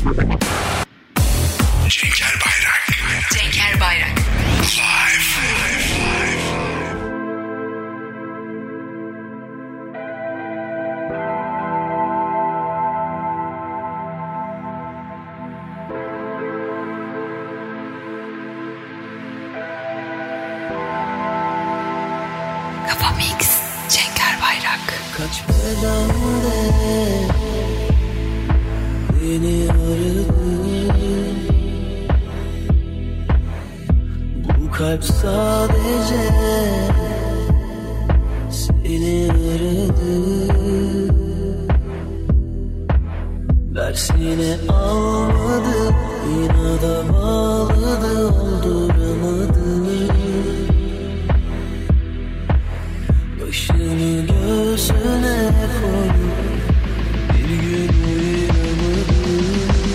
Cenker Bayrak. Cenker Bayrak. Live. Kafa Mix. Cenker Bayrak. Kaç bedende beni aradın. Bu kalp sadece seni aradı. Dersine almadı, inada bağladı, olduramadı. Başını göğsüne koy, bir gün uyuyamadım.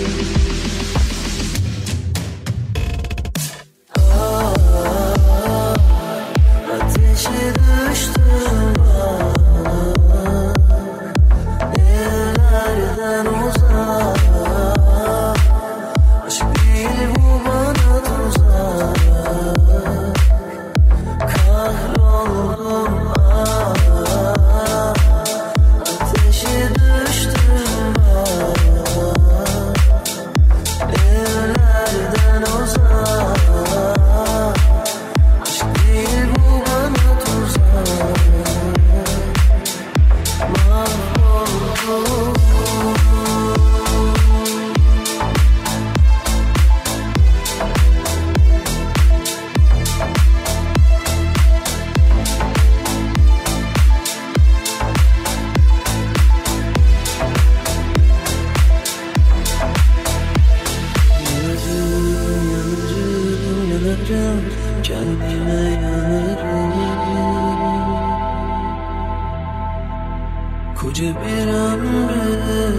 Ateşe düştüm bak, ellerden uzak. Aşk değil bu bana tuzak. Kahroldum. Ateşe düştüm bak, ellerden uzak. Aşk değil bu bana tuzak. Mahvoldum. Kendime yanarım. Koca bir ömrü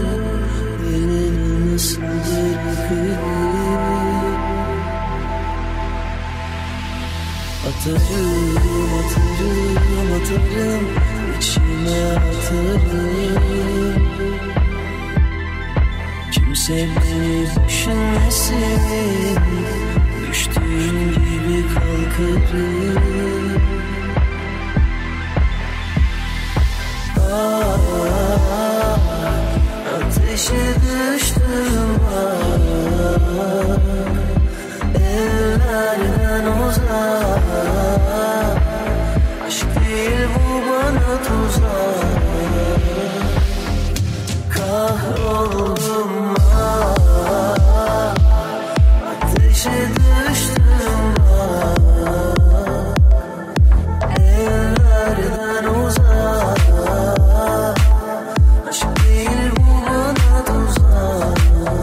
beni nasıl bırakırım? Atarım, atarım, atarım, içime atarım. Kimse beni düşünmesin, düştüğüm gibi kalkarım. Ateşe düştüm bak, ellerden uzak. Aşk değil bu bana tuzak. Kahroldum. Ateşe düştüm bak, ellerden uzak. Aşk değil bu bana tuzak.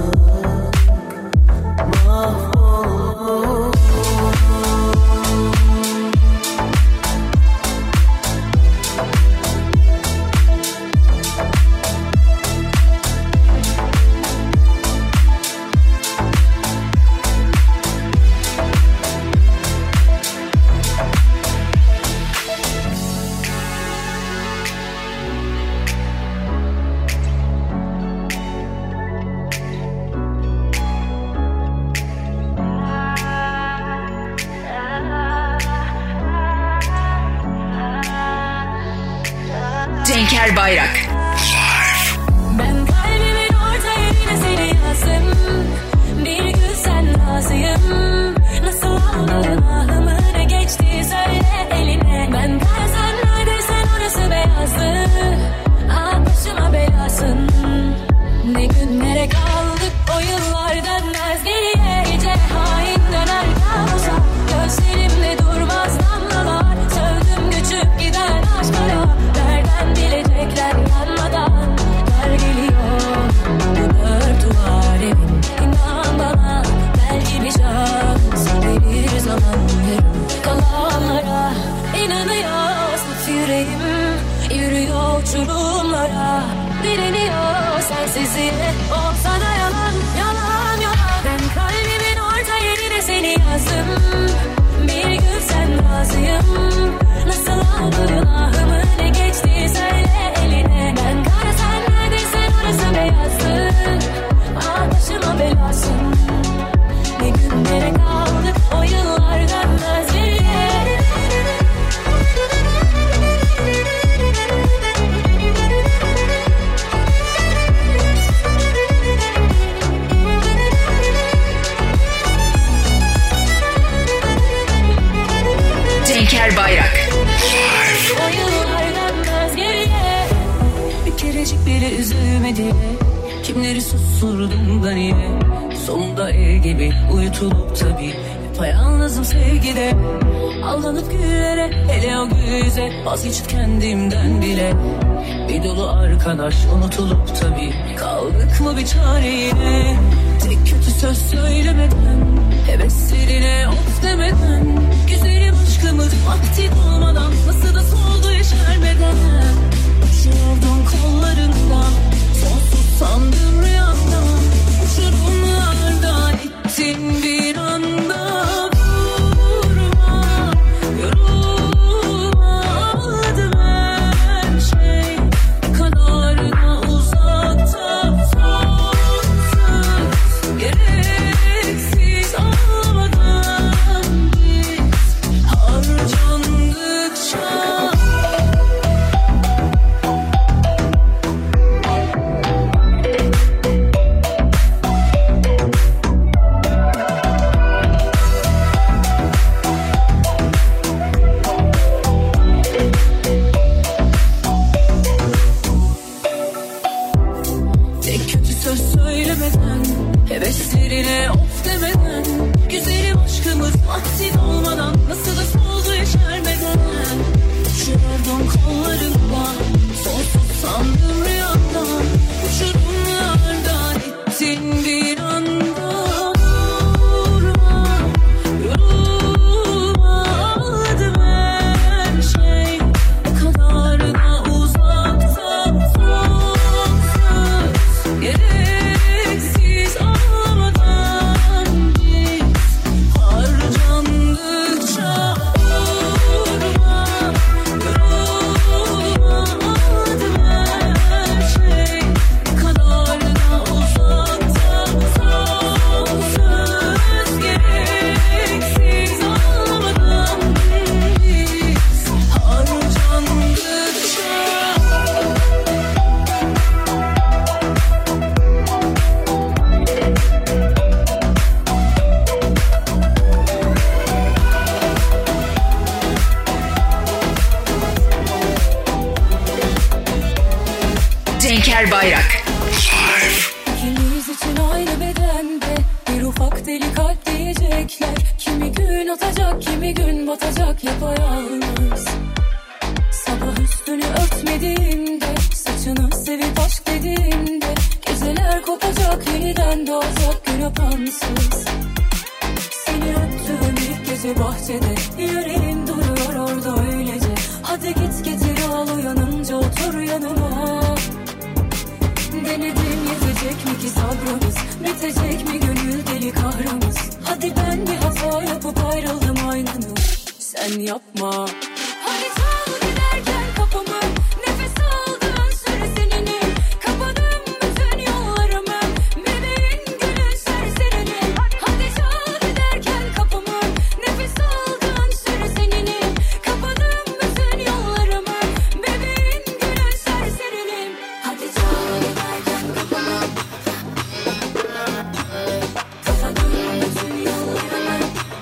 Mahvoldum. Cenker Bayrak. Ben kalbimin orta yerine seni yazdım. Bir gün sen razıyım. Nasıl aldın ahımı, ne geçti söyle eline. Ben kara sen neredeysen orası beyazdı. Ah başıma belasın. Ne günlere kaldık, o yıllar dönmez geriye. Gece hain döner kabusa, gözlerimde durmaz damlalar. Sövdüm göçüp giden aşklara, nereden bilecekler yanmadan. Kar geliyor, bu dört duvar evin. İnan bana, belki bir şans verir zaman. Yarım kalanlara inanıyor saf yüreğim. Yürüyor uçurumlara, direniyor sensizliğe. O sana yalan, yalan, yalan. Ben kalbimin orta yerine seni yazdım. Bir gün sen razıyım. Nasıl aldın ahımı, ne geçti söyle eline. Ben kara sen neredeysen orası beyazdı. Ah başıma bela. Cenker Bayrak. Bir kerecik bile üzülmedi. Kimleri susurdum ben yine. Sonunda gibi uyutulup tabii. Yapayalnızım sevgide. Aldanıp güllere, hele o güze. Vazgeçip kendimden bile. Bir dolu arkadaş unutulup tabii. Kaldık mı bir çareye? Tek kötü söz söylemeden, heveslerine of demeden. Güzelim aşkımız vakti olmadan, nasıl da soldu yeşermeden. Uçurdum kollarından, sonsuz sandım rüyamdan. Uçurumlardan ittin bir anda. Vurma, yorulmadım her şey. Kanarına uzakta sonsuz, gereksiz olmadan biz harcandıkça. Heveslerine of demeden, güzelim aşkımız vaktin olmadan, nasıl da soldu yeşermeden. Uçurdum kollarımdan, sonsuz sandım rüyamdan. Uçurumlardan ittin bir anda. Vurma, yorulmadım her şey. O kadarına uzakta sonsuz, gereksiz olmadan biz harcandıkça. Vurma, yorulmadım her şey. Kadarına uzakta sonsuz, gereksiz olmadan biz harcandıkça. Cenker Bayrak. İkimiz için aynı bedende bir ufak deli kalp diyecekler. Kimi gün atacak, kimi gün batacak yapayalnız. Sabah üstünü örtmediğimde, saçını sevip aşk dediğimde, geceler kopacak, yeniden doğacak gün apansız. Seni öptüğüm ilk gece bahçede, yüreğim duruyor orada öylece. Hadi git getir al, uyanınca otur yanıma. Denedim, yetecek mi ki sabrımız, bitecek mi gönül deli kahrımız. Hadi ben bir hata yapıp ayrıldım aynını, sen yapma. Hadi çal giderken kapımı, nefes aldığın süre seninim. Kapadım bütün yollarımı, bebeğin gülün serserinim. Hadi çal giderken kapımı, nefes aldığın süre seninim. Kapadım bütün yollarımı, bebeğin gülün serserinim. Hadi çal giderken kapımı, kapadım bütün yollarımı.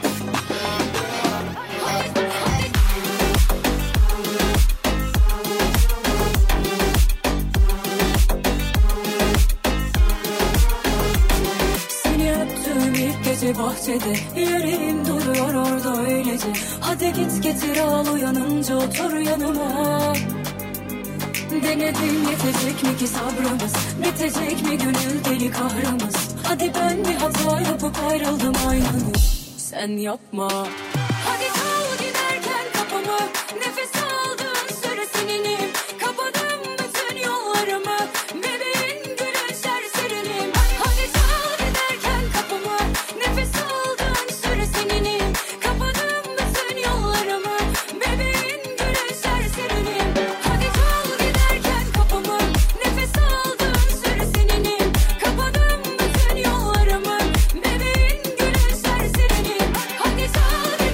Seni öptüğüm ilk gece bahçede, yüreğim duruyor orada öylece. Hadi git getir al, uyanınca otur yanıma. Denedim, yetecek mi ki sabrımız, bitecek mi gönül deli kahrımız. Hadi ben bir hata yapıp ayrıldım aynını, sen yapma. Hadi çal giderken kapımı, nefes aldığın süre seninim. Kapadım bütün yollarımı, bebeğin gülün serserinim. Hadi çal giderken kapımı, nefes aldığın süre seninim. Kapadım bütün yollarımı, bebeğin gülün serserinim. Hadi çal giderken kapımı, nefes aldığın süre seninim. Kapadım bütün yollarımı, bebeğin gülün serserinim. Hadi çal giderken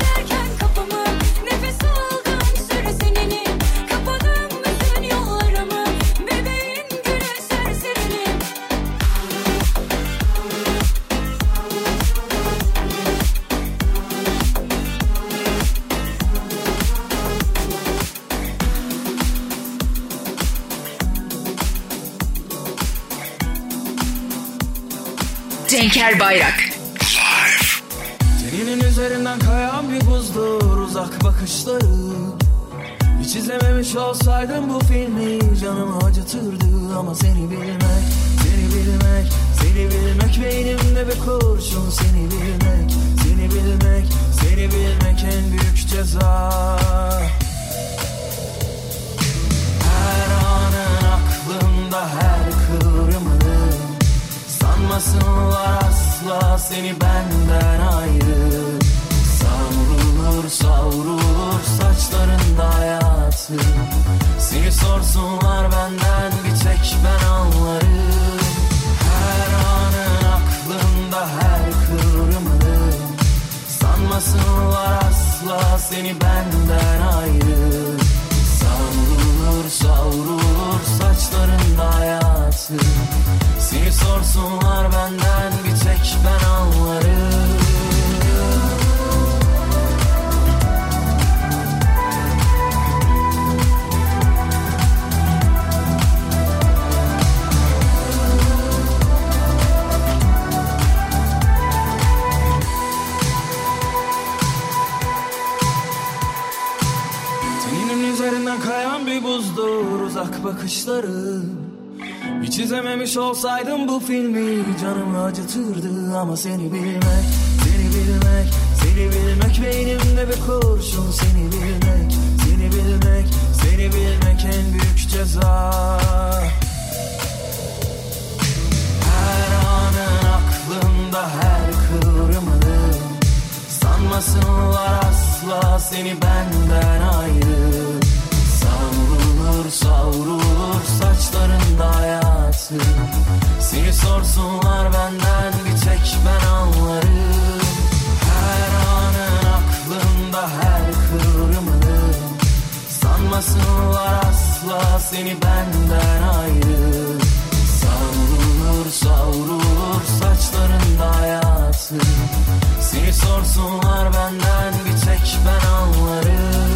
Cenker Bayrak. Live. Teninin üzerinden kayan bir buzdur uzak bakışların. Hiç izlememiş olsaydım bu filmi canımı acıtırdı. Ama seni bilmek, seni bilmek, seni bilmek beynimde bir kurşun. Seni bilmek, seni bilmek, seni bilmek en büyük ceza. Her anın aklımda her kıvrımın, sanmasınlar asla seni benden ayrı. Savrulur savrulur saçlarında hayatım. Seni sorsunlar benden bir tek ben anlarım. Her anın aklımda her kıvrımın, sanmasınlar asla seni benden ayrı. Savrulur savrulur saçlarında hayatım. Seni sorsunlar benden bir tek ben anlarım. Teninin üzerinden kayan bir buzdur uzak bakışları. Hiç izlememiş olsaydım bu filmi canımı acıtırdı. Ama seni bilmek, seni bilmek, seni bilmek beynimde bir kurşun. Seni bilmek, seni bilmek, seni bilmek en büyük ceza. Her anın aklımda her kıvrımın, sanmasınlar asla seni benden ayrı. Savrulur savrulur saçlarında hayatım. Seni sorsunlar benden bir tek ben anlarım. Her anın aklımda her kıvrımın, sanmasınlar asla seni benden ayrı. Savrulur savrulur saçlarında hayatım. Seni sorsunlar benden bir tek ben anlarım.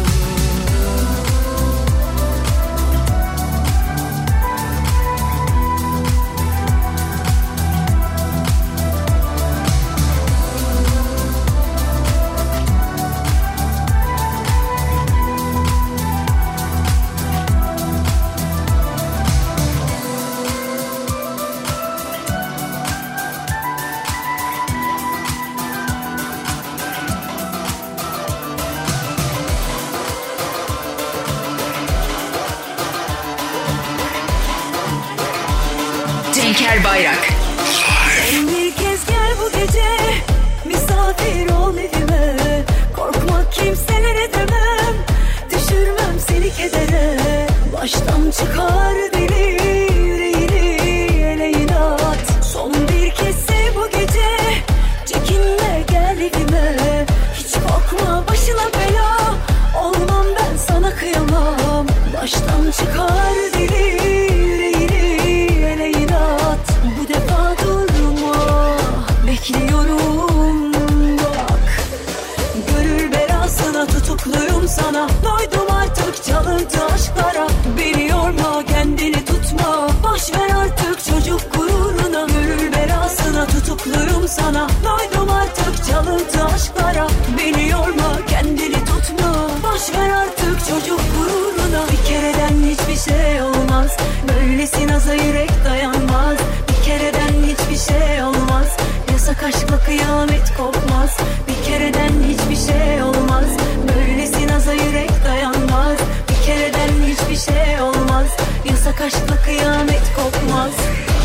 Cenker Bayrak. Sen bir kez gel bu gece, misafir ol evime. Korkma kimselere demem, düşürmem seni kedere. Baştan çıkar deli yüreğini ele inat. Son bir kez sev bu gece, çekinme gel evime. Hiç korkma başına bela, olmam ben sana kıyamam. Baştan çıkar deli yüreğini ele inat. Bu defa durma, bekliyorum bak. Gönül belasına tutukluyum sana. Doydum artık çalıntı aşklara. Beni yorma, kendini tutma. Boş ver artık çocuk gururuna. Gönül belasına tutukluyum sana. Doydum artık çalıntı aşklara. Beni yorma, kendini tutma. Boş ver artık çocuk gururuna. Bir kereden hiçbir şey olmaz. Böylesi naza yürek dayanmaz. Bir kereden hiçbir şey olmaz. Yasak aşkla kıyamet kopmaz. Bir kereden hiçbir şey olmaz. Böylesi naza yürek dayanmaz. Bir kereden hiçbir şey olmaz. Yasak aşkla kıyamet kopmaz.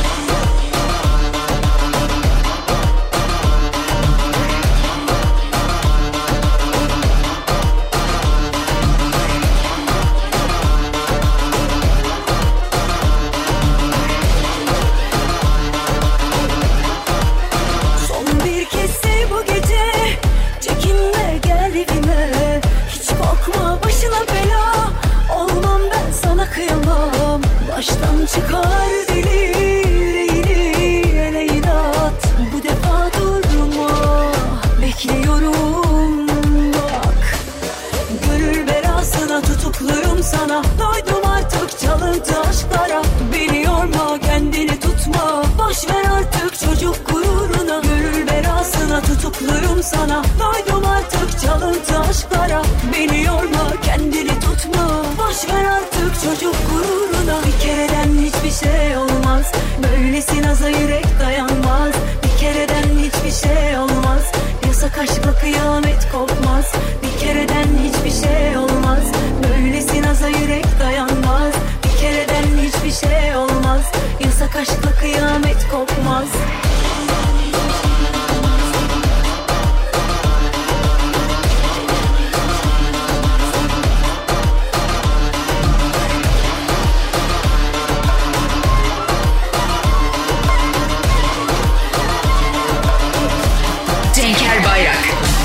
Son bir kez sev bu gece, çekinme gel evime. Hiç korkma başına bela, olmam ben sana kıyamam. Baştan çıkar deli yüreğini ele inat. Bu defa durma, bekliyorum bak. Gönül belasına tutukluyum sana. Doydum artık çalıntı aşklara. Beni yorma, kendini tutma. Boş ver artık çocuk gururunu. sana. Doydum artık çalıntı aşklara. Beni yorma, kendini tutma. Boş ver artık çocuk gururuna. Bir kereden hiçbir şey olmaz. Böylesi naza yürek dayanmaz. Bir kereden hiçbir şey olmaz. Yasak aşkla kıyamet kopmaz. Bir kereden hiçbir şey olmaz. Böylesi naza yürek dayanmaz. Bir kereden hiçbir şey olmaz. Yasak aşkla kıyamet kopmaz. Cenker Bayrak.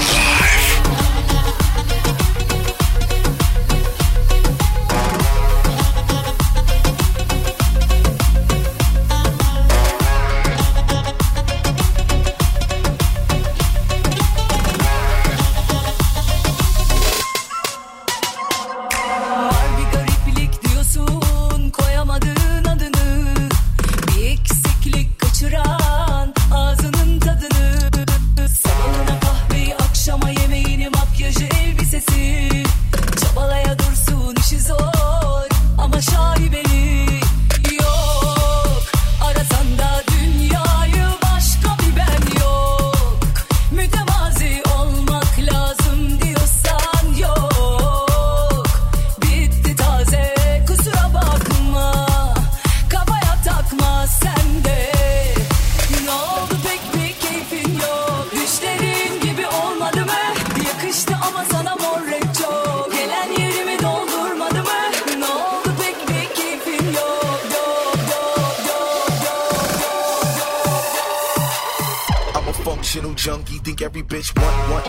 Junkie, think every bitch want.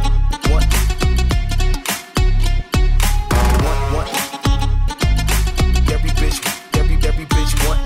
Every bitch want.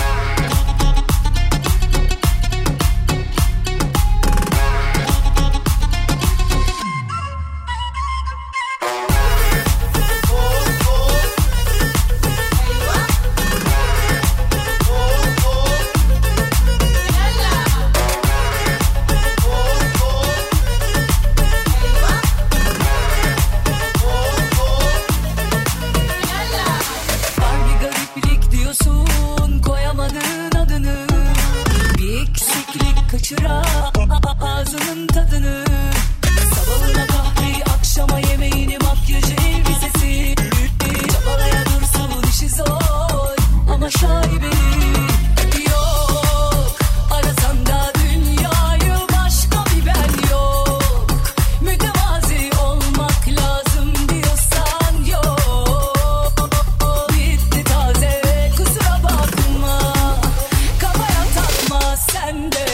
Ağzının tadını, sabahına kahveyi, akşama yemeğini, makyajı, elbisesi. Çabalaya dursun işi zor ama şaibeli yok. Arasan da dünyayı başka bir ben yok. Mütevazi olmak lazım diyorsan yok. Bitti taze, kusura bakma, kafaya takma sen de.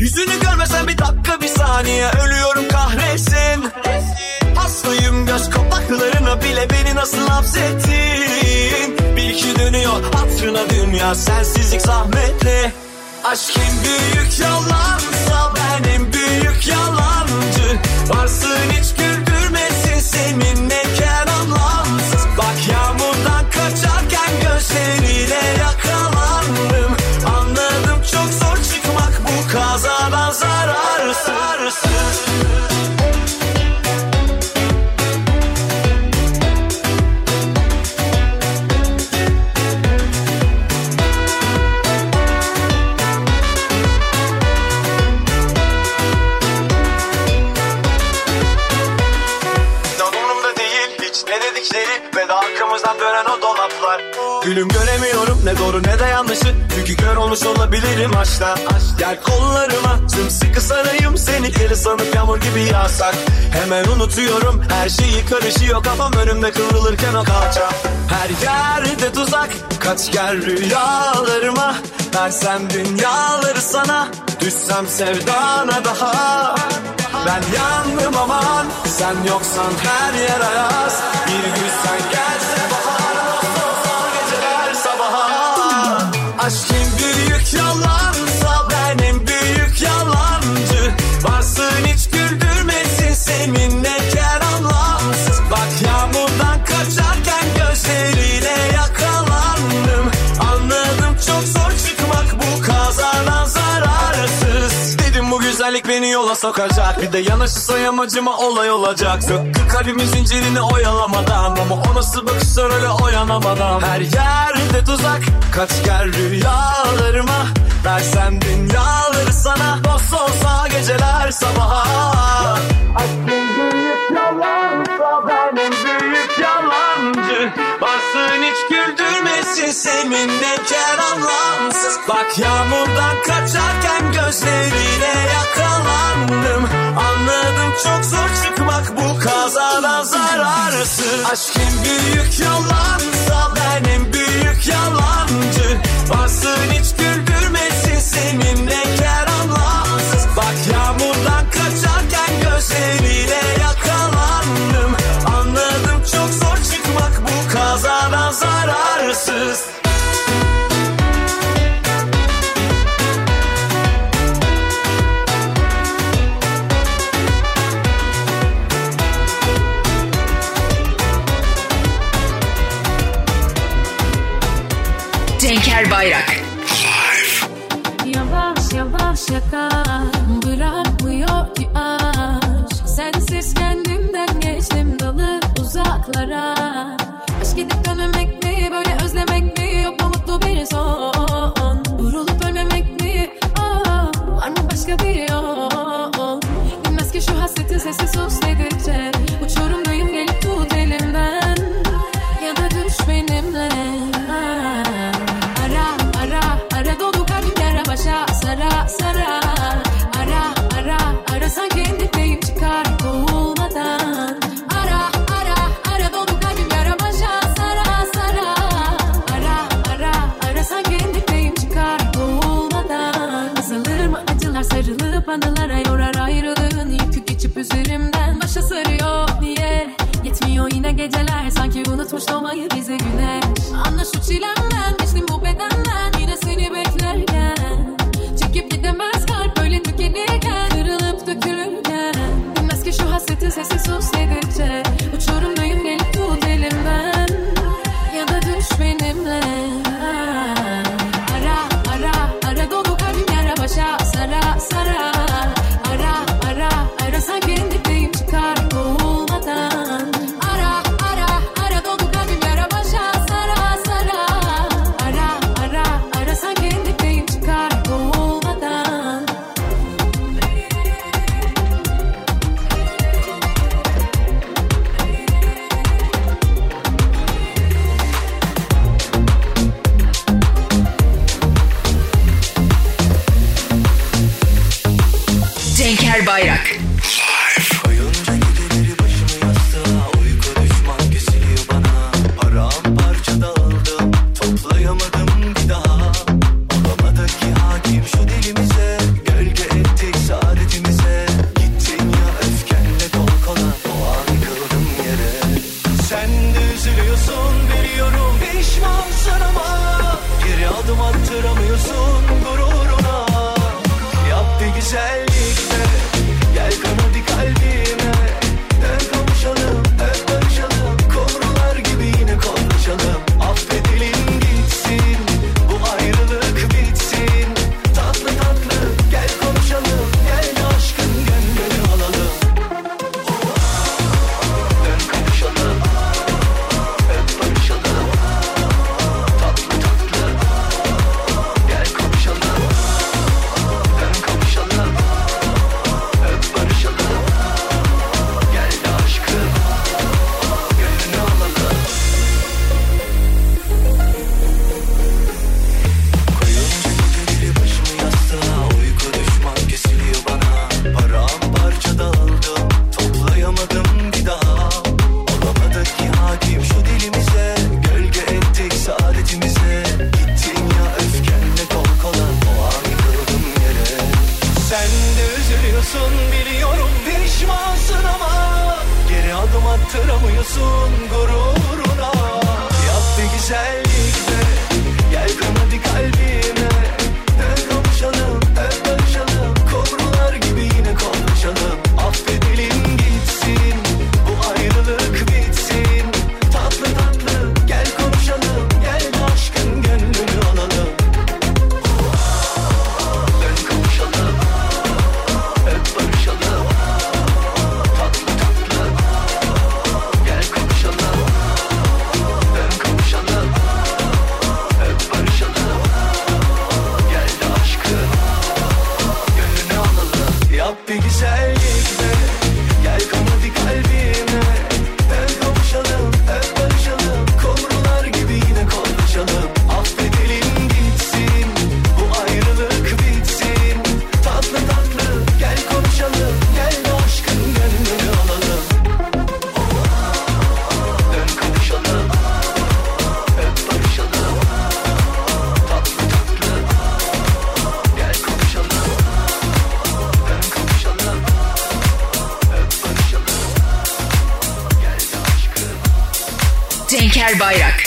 Yüzünü görmesem bir dakika bir saniye ölüyorum kahretsin. Hastayım göz kapaklarına bile beni nasıl hapsettin. Bir iki dönüyor hatırına dünya sensizlik zahmetli. Aşk en büyük yalansa ben en büyük yalancı. Varsın hiç güldürmesin seninleyken anlamsız. Bak yağmurdan kaçarken gözleriyle yakalandım. Anladım çok zor çıkmak bu kazadan zararsız. Ve de arkamızdan dönen o dolaplar. Gülüm göremiyorum ne doğru ne de yanlışı. Çünkü kör olmuş olabilirim aşkta. Gel kollarıma sımsıkı sarayım. Seni deli sanıp yağmur gibi yağsak. Hemen unutuyorum her şeyi karışıyor. Kafam önümde kıvrılırken o kalça. Her yerde tuzak. Kaç gel rüyalarıma. Versem dünyaları sana. Düşsem sevdana daha. Ben yandım aman. Sen yoksan her yer ayaz. Bir gün sen gelse bahar. Olsa geceler sabaha. Aşk en büyük yalansa ben en büyük yalancı. Varsın hiç güldürmesin seninleyken anlamsız. Bak yağmurdan kaçarken gözleriyle yakalandım. Anladım çok zor çıkmak bu kazadan zararsız. Dedim bu güzellik beni yola sokacak. Bir de yanaşırsa yamacıma olay olacak. Söktü kalbimin zincirini oyalamadan. Ama o nasıl bakışlar öyle oyanamadan. Her yerde tuzak. Kaç gel rüyalarıma. Versem dünyaları sana. Dost olsa geceler sabaha. Aşkın büyük yalansa ben en büyük yalancı. Varsın hiç güldürmesin seninleyken anlamsız. Bak yağmurdan kaçarken gözleriyle yakalandım. Anladım çok zor çıkmak bu kazadan zararsız. Aşk en büyük yalansa ben en büyük yalancı. Varsın hiç güldürmesin seninleyken anlamsız. Bak yağmurdan kaçarken gözleriyle yakalandım. Anladım çok zor çıkmak bu kazadan zararsız. Cenker Bayrak. Yavaş yavaş yakar, bırakmıyor ki aşk. Sensiz kendimden geçtim dalıp uzaklara. Aşk gidip dönmemek mi, böyle özlemek mi, yok mu mutlu bir son? Vurulup ölmemek mi, var mı başka bir yol? Bilmez ki şu hasretin sesi sus dedikçe. Uçurumdayım gelip tut elimden. Ya da düş benimle. Ara dolu kalbim yara başa sara sara. Ara sanki endipteyim çıkar boğulmadan. Ara dolu kalbim yara başa sara sara. Ara sanki endipteyim çıkar boğulmadan. Azalır mı acılar sarılıp anılara yorar ayrılığın yükü geçip üzerimden. Başa sarıyor niye yetmiyor yine geceler. Sanki unutmuş doğmayı bize güneş. Anla şu çilemden geçtim bu bedenden. Yine seni beklerken çekip gidemez kalp böyle tükenirken. Kırılıp dökülürken bilmez ki şu hasretin sesi sus dedikçe. Uçurumdayım gelip tut elimden. Ya da düş benimle. Ara dolu kalbim yara başa sara sara. Ara sanki endipteyim çıkar boğulmadan. Ara dolu kalbim yara başa sara sara. Ara sanki endipteyim çıkar boğulmadan. Cenker Bayrak. Koyunca geceleri başımı yastığa. Uyku düşman kesiliyor bana. Paramparça dağıldım. Toplayamadım bir daha. Olamadı ki hakim şu dilimize. Gölge etti musun biliyorum pişmansın ama geri adım attıramıyorsun gururuna. Yap bir güzellik de gel hadi kalbime. Dön kavuşalım, öp barışalım, kumrular gibi yine konuşalım. Affedelim gitsin, bu ayrılık bitsin. Tatlı tatlı gel konuşalım, gel de aşkın gönlünü alalım. Dön kavuşalım, öp barışalım. Tatlı tatlı gel konuşalım. Dön kavuşalım, öp barışalım. Gel de aşkın gönlünü alalım. Yap bir güzellik de gel hadi kalbime. Dön kavuşalım, öp barışalım, kumrular gibi yine konuşalım. Affedelim gitsin, bu ayrılık bitsin. Tatlı tatlı gel konuşalım, gel de aşkın gönlünü alalım. Dön kavuşalım, öp barışalım. Tatlı tatlı gel konuşalım. Dön kavuşalım, öp barışalım. Gel de aşkın. Cenker Bayrak.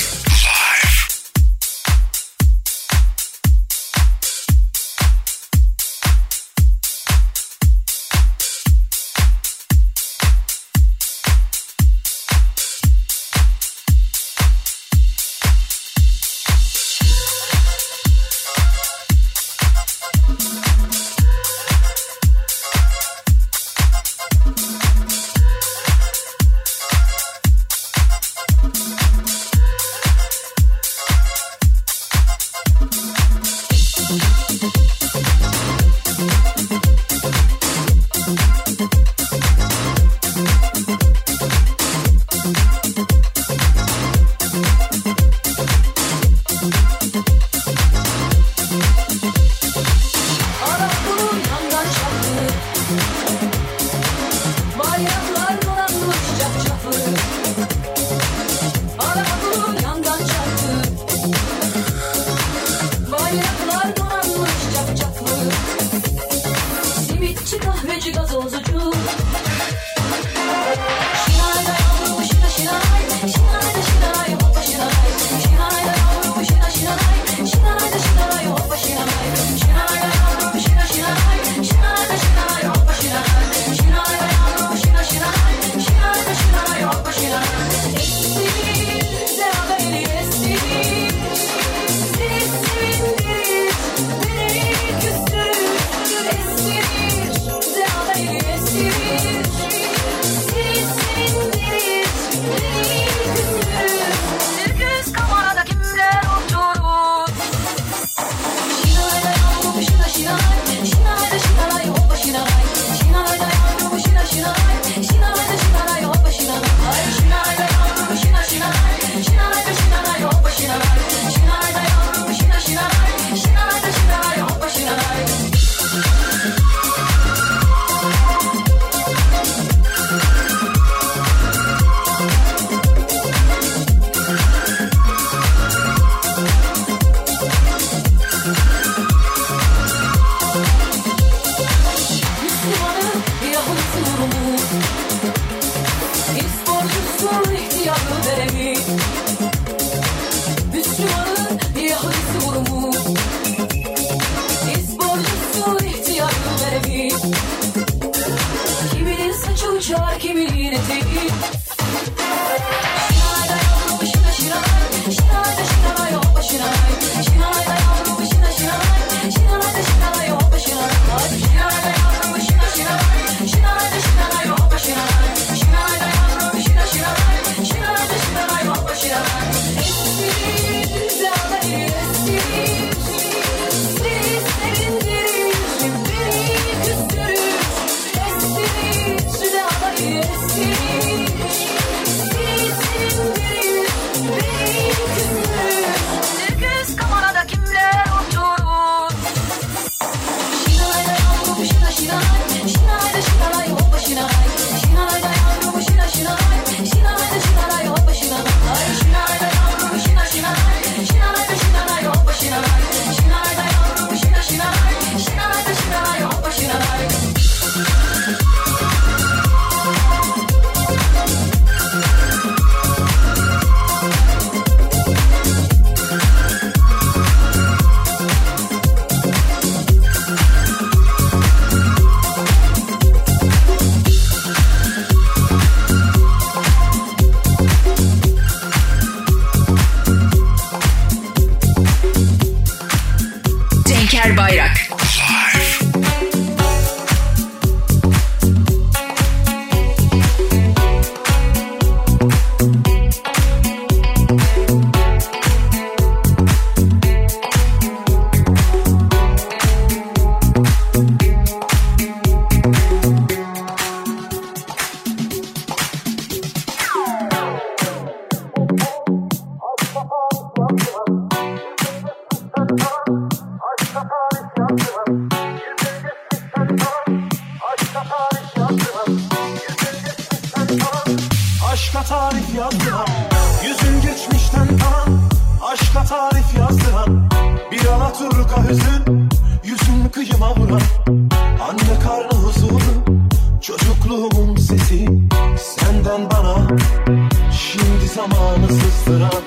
aşka tarif yazdılar. Yüzün geçmişten kalan aşka tarif yazdılar. Bir alaturka hüzün yüzün kıyıma vuran. Anne karnı huzuru çocukluğumun sesi. Senden bana şimdi zamanı sızdıran.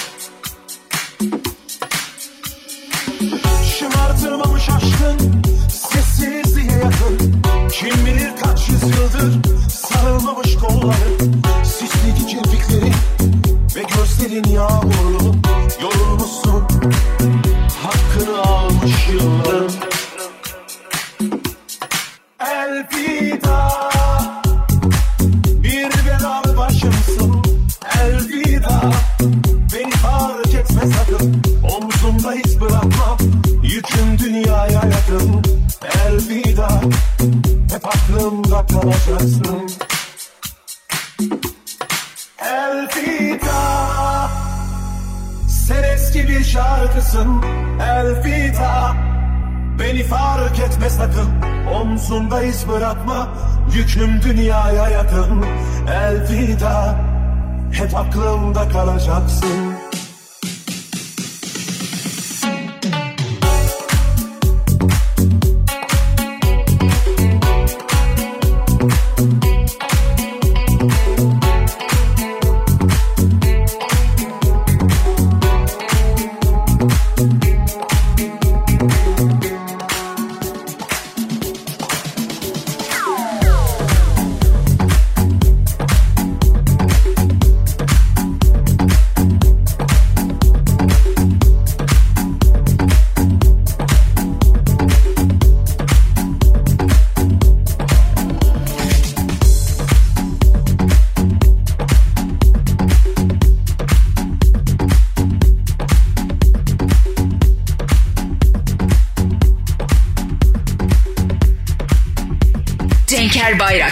Şımartılmamış aşkın sessizliğe yakın. Kim bilir kaç yüzyıldır sarılmamış kolları. Sisli kirpikleri ve gözlerin yağmurlu. Yorulmuşsun, hakkını almış yılların. Elvida, bir bedal başımsın. Elvida, beni fark etme sakın. Omzumda hiç bırakmam, yüküm dünyaya yakın. Elvida, hep aklımda kalacaksın. Elvida, sen eski bir şarkısın. Elvida, beni fark etme sakın. Omzumda iz bırakma, yüküm dünyaya yakın. Elvida, hep aklımda kalacaksın. Cenker Bayrak.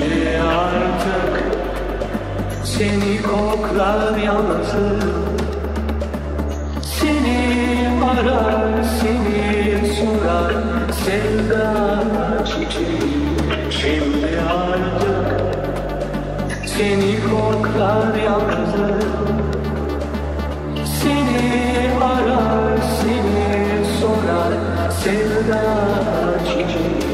Seni koklar yalnızım, arar seni sorar sevda çiçeği. Şimdi artık seni koklar yalnızım. Seni arar seni sorar sevda çiçeği.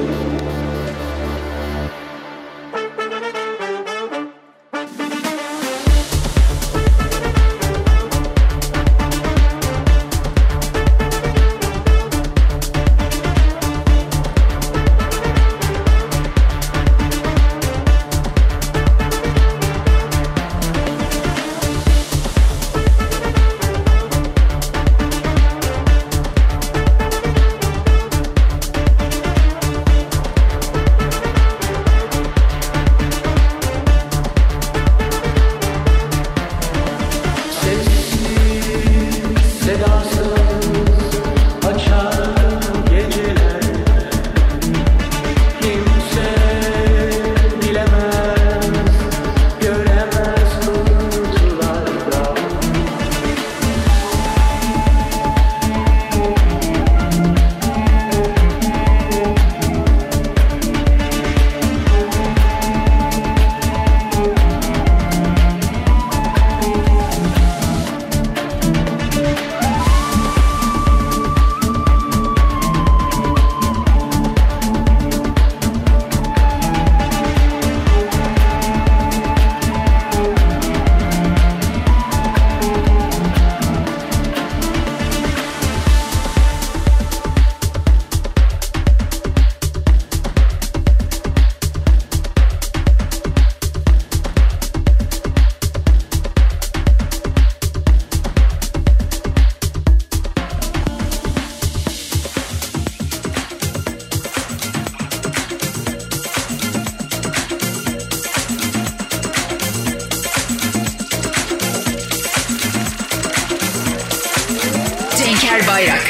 Cenker Bayrak.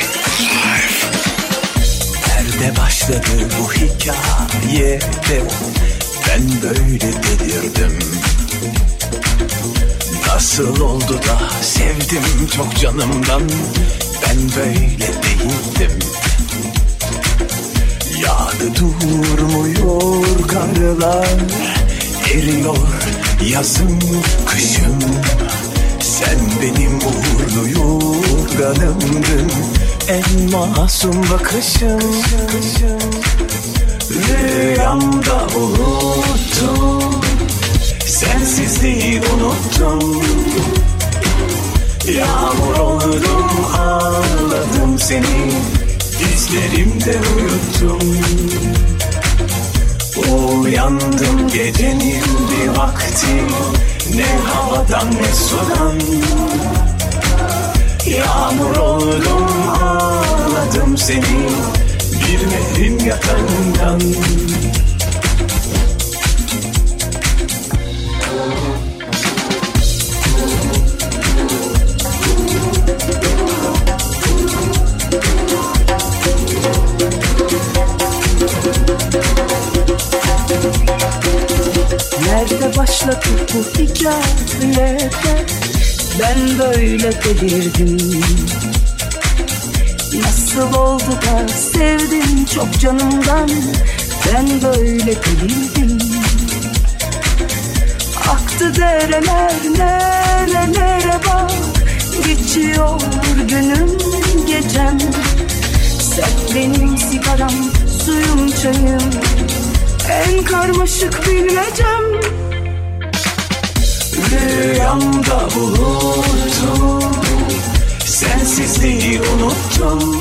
Nerede başladı bu hikaye de ben böyle delirdim. Nasıl oldu da sevdim çok canımdan, ben böyle değildim. Yağdı durmuyor karlar, eriyor yazım kışım. Sen benim uğurlu yorganımdın, en masum bakışım. Rüyamda unuttum, sensizliği unuttum. Yağmur oldum, ağladım seni, dizlerimde uyuttum. Uyandım gecenin bir vakti, ne havadan ne sudan. Yağmur oldum, ağladım seni, bir nehrin yatağından. Nerede başladı bu hikaye, ben böyle delirdim. Nasıl oldu da sevdim çok canımdan, ben böyle delirdim. Aktı dereler nerelere bak, geçiyor günüm gecem. Sen benim sigaram, suyum çayım, en karmaşık bilmecem. Rüyamda buluttum, sensizliği unuttum.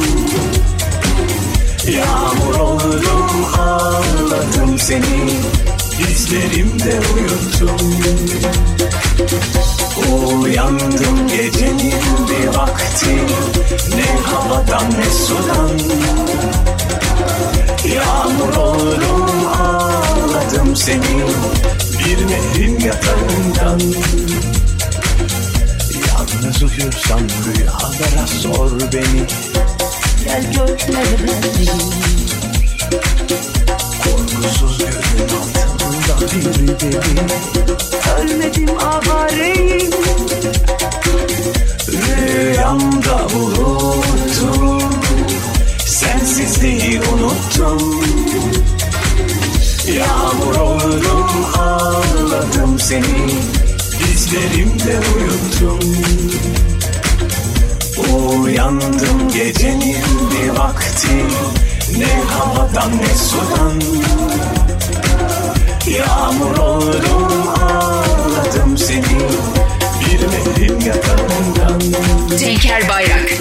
Yağmur oldum, ağladım seni, dizlerimde uyuttum. Uyandım gecenin bir vakti, ne havadan ne sudan. Yağmur oldum, ağladım seni, bir nehrin yatağından. Yalnız uyursam rüyalara sor beni, gel gör neredeyim. Korkusuz gözün altında bir deli, ölmedim avareyim. Rüyamda buluttum, geceyi unuttum. Yağmur oldum, ağladım seni, dizlerimde uyuttum. Uyandım gecenin bir vakti, ne havadan ne sudan. Yağmur oldum, ağladım seni, bir mehrim yatağından. Cenker Bayrak.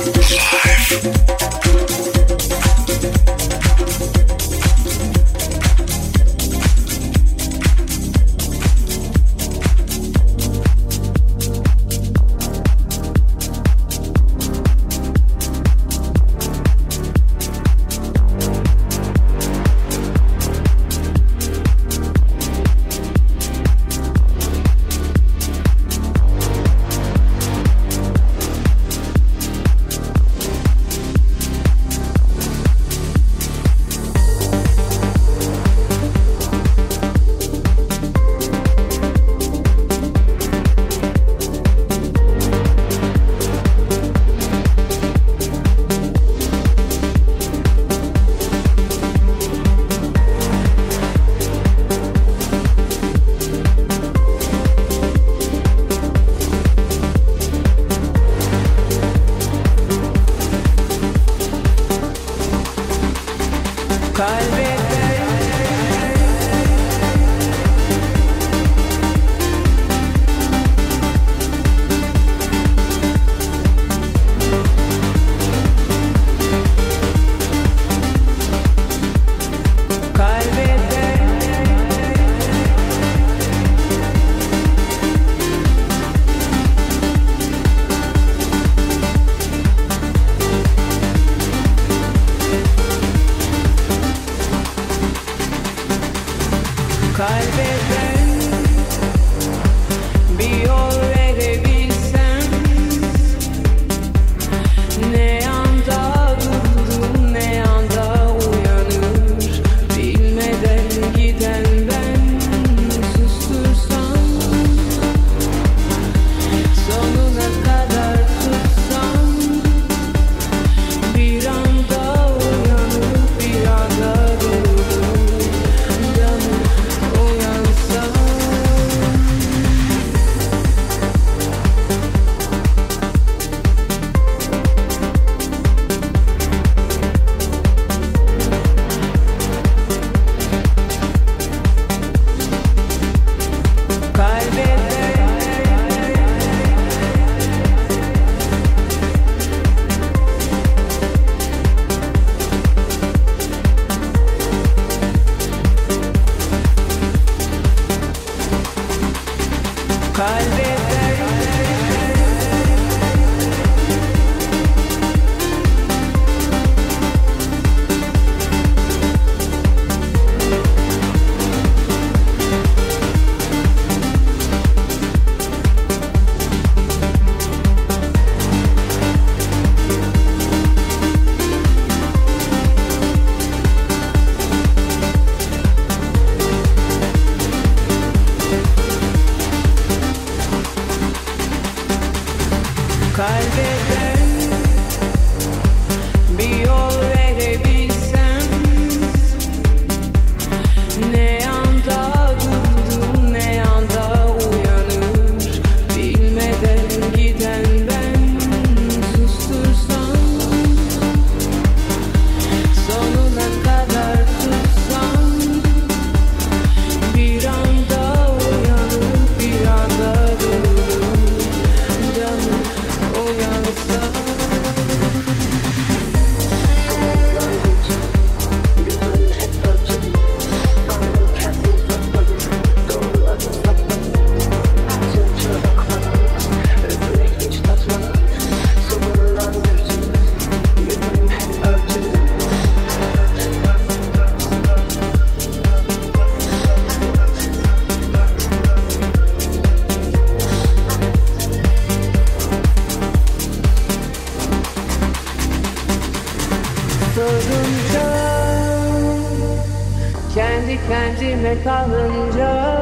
kendime kalınca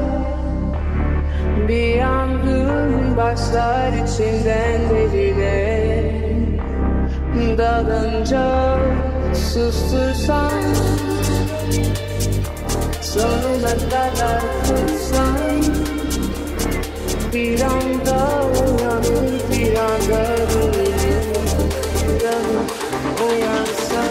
bir yangın başlar içinden derine dalınca sustursan, sonuna kadar tutsan, bir anda uyanır, bir anda uyansan.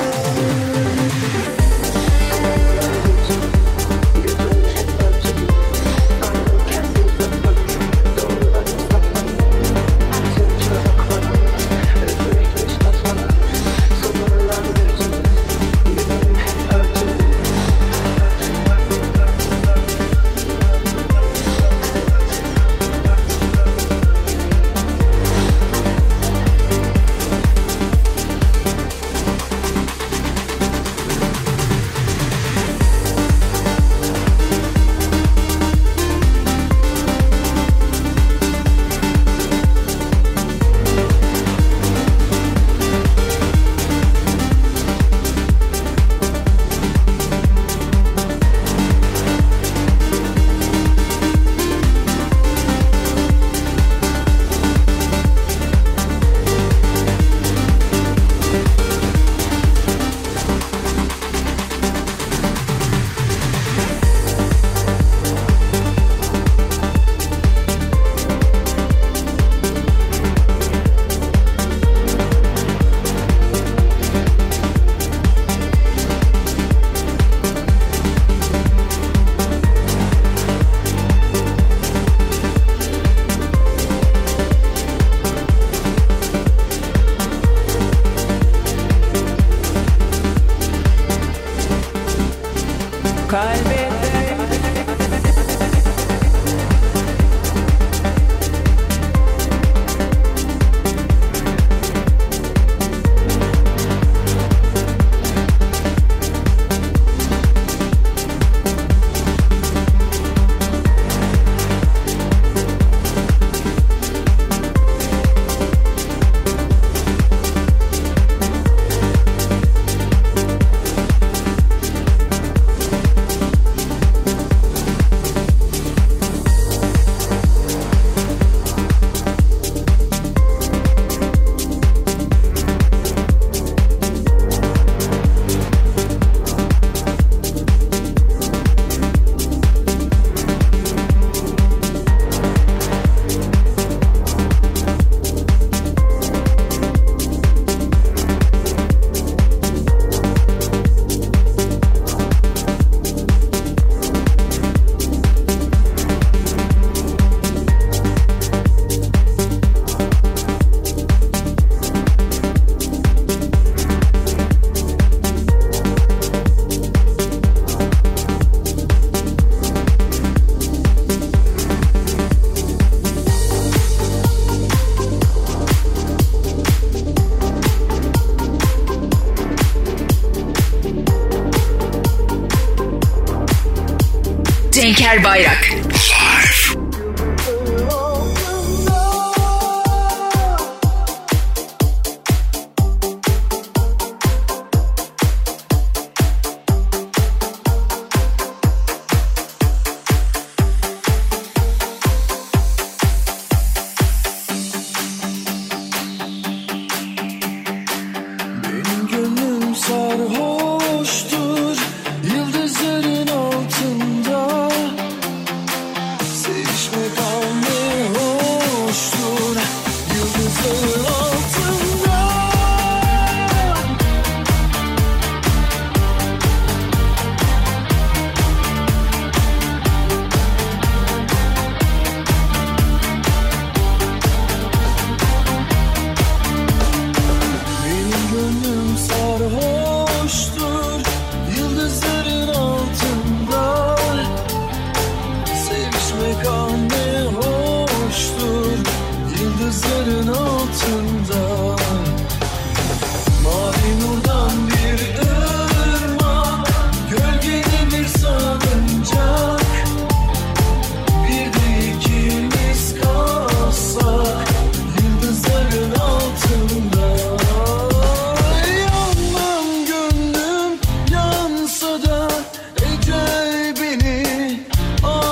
Cenker Bayrak.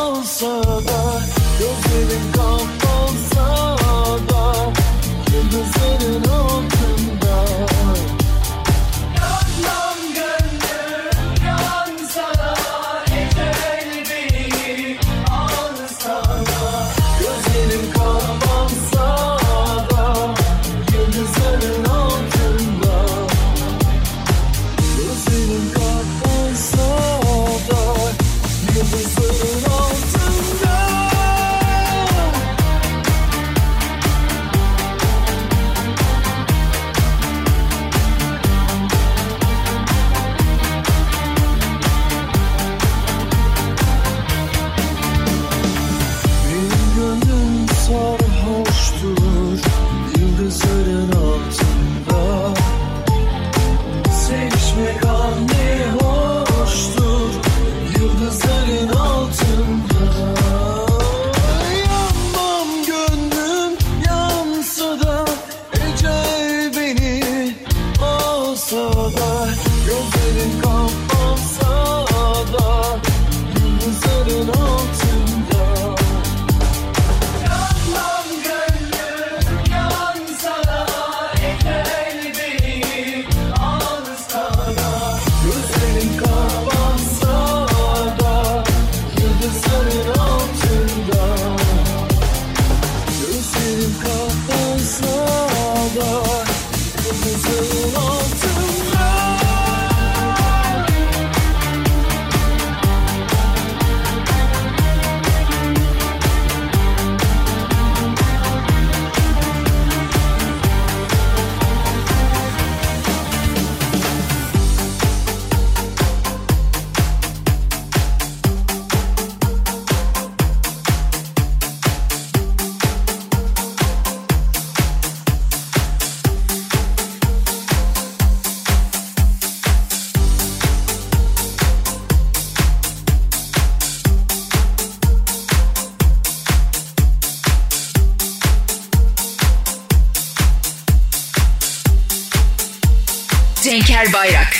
Gözlerin kapansa da yıldız Cenker Bayrak.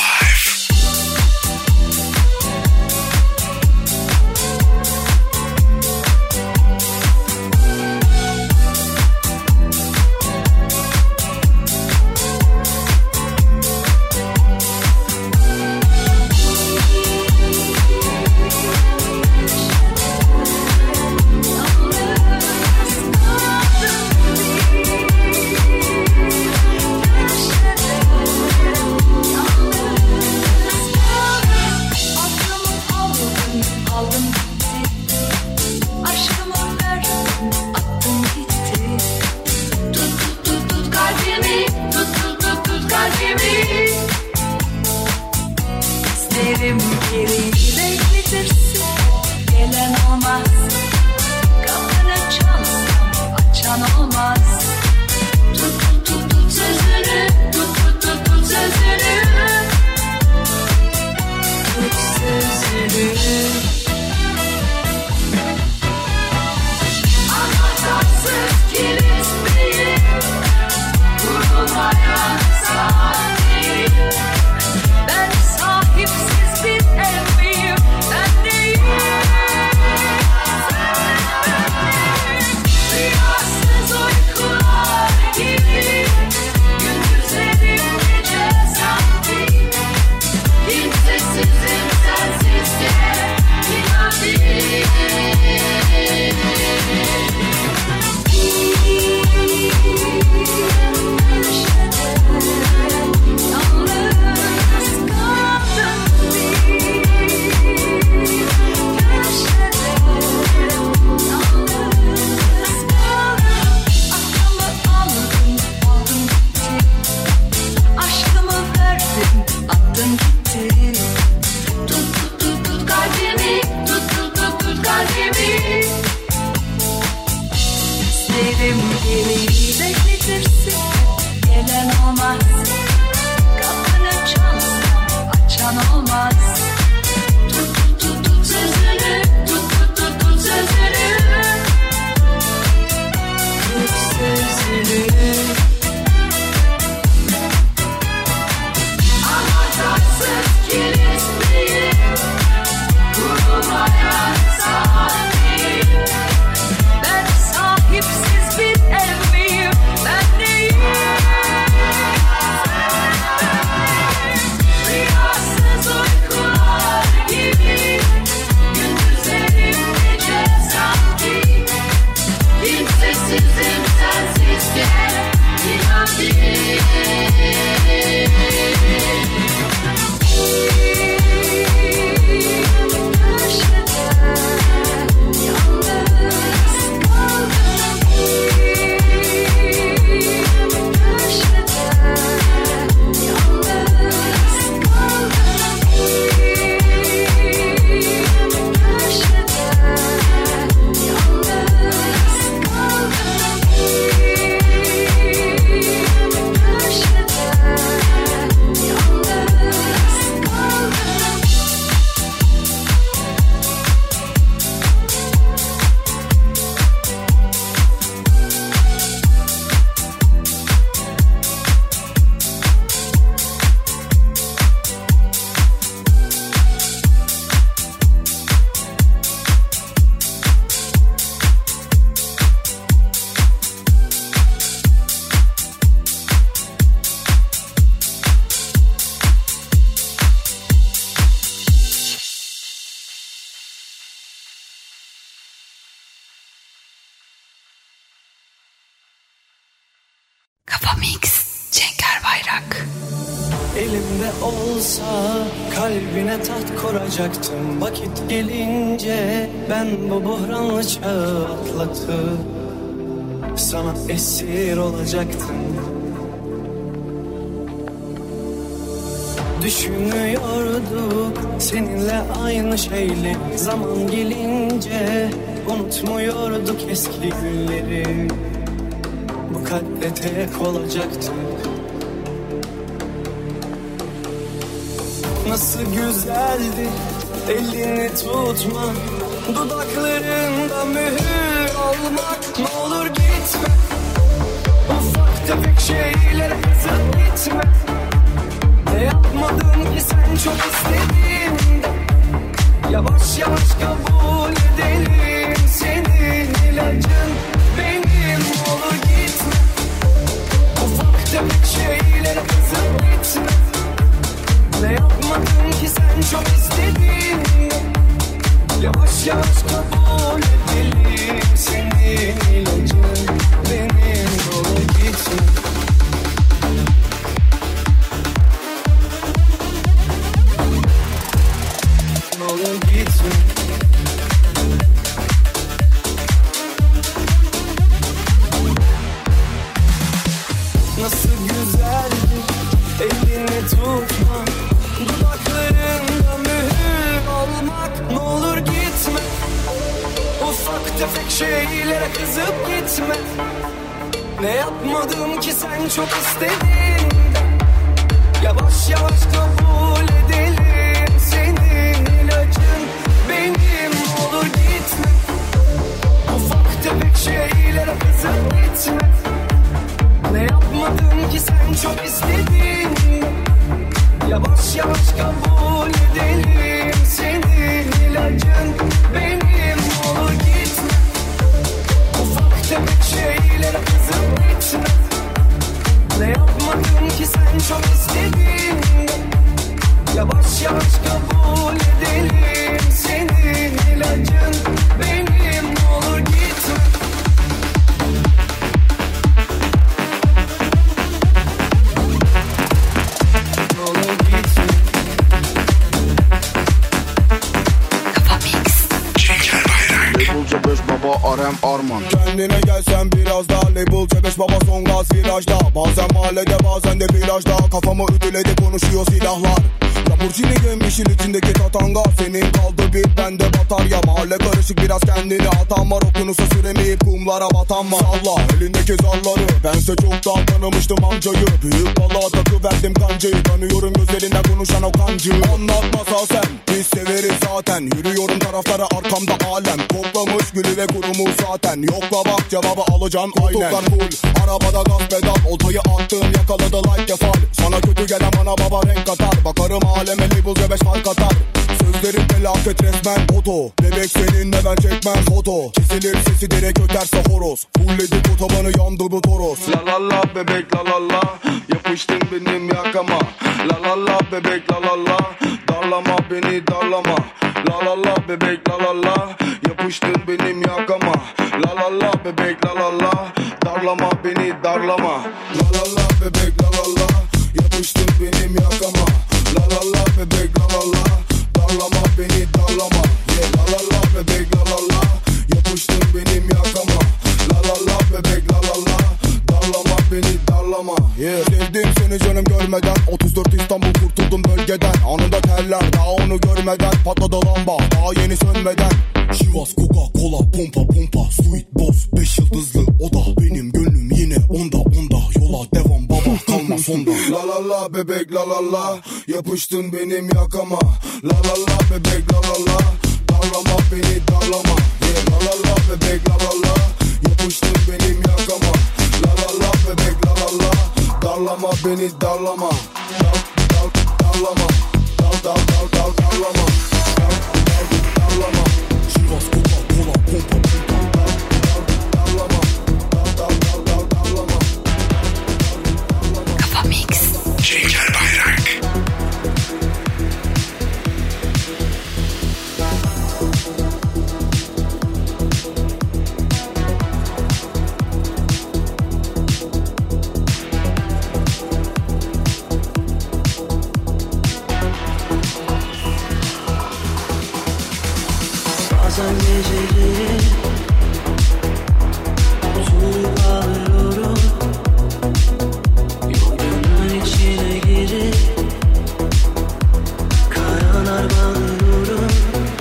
Elimde olsa kalbine taht kuracaktım. Vakit gelince ben bu buhranlı çağı atlatıp sana esir olacaktım. Düşünüyorduk seninle aynı şeyleri. Zaman gelince unutmuyorduk eski günleri. Bu kalple tek olacaktık. Nasıl güzeldi elini tutma, dudaklarında mühür olmak. Ne olur gitme, ufak tefek şeylere kızıp gitme. Ne yapmadım ki sen çok istediğinde. Yavaş yavaş kabul edelim. Senin ilacın benim, olur gitme. Ufak tefek şeylere kızıp gitme. Ne yapmadım ki sen çok istediğinde. Yavaş yavaş kabul edelim. Senin ilacın benim, olur gitme. Olur gitme. Nasıl güzeldir elini tutma, dudaklarında mühür olmak. Ne olur gitme. Ufak tefek şeylere kızıp gitme. Ne yapmadım ki sen çok istedin. Yavaş yavaş kabul edelim. Senin ilacın benim, olur gitme. Ufak tefek şeylere kızıp gitme. Ne yapmadım ki sen çok istedin. Yavaş yavaş kabul edelim. Senin ilacın benim, olur gitme. Ufak tefek şeylere kızıp gitme. Ne yapmadım ki sen çok istedin. Yavaş yavaş kabul edelim. Senin ilacın benim, olur gitme. Olur gitme. Kafa Mix. Cenker Bayrak. Label C5 baba RM Arman. Kendine gelsen biraz daha. Label C5 baba son gaz virajda. Bazen mahallede bazen de plajda. Kafamı ütüledi konuşuyor silahlar. Lamborghini gömmüşün içindeki tatanga. Senin kaldı bir bende batarya. Mahalle karışık biraz kendini atan var. Okyanusa süremeyip kumlara batan var. Salla elindeki zarları. Bense çoktan tanımıştım amcayı. Büyük balığa takıverdim kancayı. Tanıyorum gözlerinden konuşan o kancı. Anlatmasa sen biz severiz zaten. Yürüyorum taraflara arkamda alem. Koklamış gülü ve kurumuş zaten. Yokla bak cevabı alacağım aynen. Koltuklar full arabada gaz pedal. Oltayı attım yakaladı like kefal. Sana kötü gelen bana baba renk katar. Bakarım aleme label C5 fark atar. Sözlerim felaket resmen foto. Bebek seninle ben çekmem foto. Kesilir sesi direkt öterse horoz. Fulledik otobanı yandı bu toros. La la la bebek la la la. Yapıştın benim yakama. La la la bebek la la la. Darlama beni darlama. La la la bebek la la la. Yapıştın benim yakama. La la la bebek la la la. Darlama beni darlama. La la la bebek la la la. Yapıştın benim yakama. La la la bebek la la la. Darlama beni darlama. Yeah la la la bebek la la la. Yapıştın benim yakama. La la la bebek la la la. Darlama beni darlama. Yeah sevdim seni canım görmeden. 34 İstanbul kurtuldum bölgeden. Anında terler daha onu görmeden. Patladı lamba daha yeni sönmeden. Şivas Coca Cola pompa pompa. Sweet boss 5 yıldızlı o da. Benim gönlüm yine onda. Yola devam baba kalma sonda. La la la bebek la la la. Yapıştın benim yakama. La la la bebek la la la. Darlama beni darlama. Yeah la la la bebek la la la. Yapıştın benim yakama. La la la bebek la la la. Darlama beni darlama. Darlama. Darlama. Darlama. Şivas Coca Cola pompa pompa. Darlama. Darlama. Kafa Mix. Cenker Bayrak. Bazen geceleri oturup ağlıyorum. Yorgunluğun içine girip karalar bağlıyorum.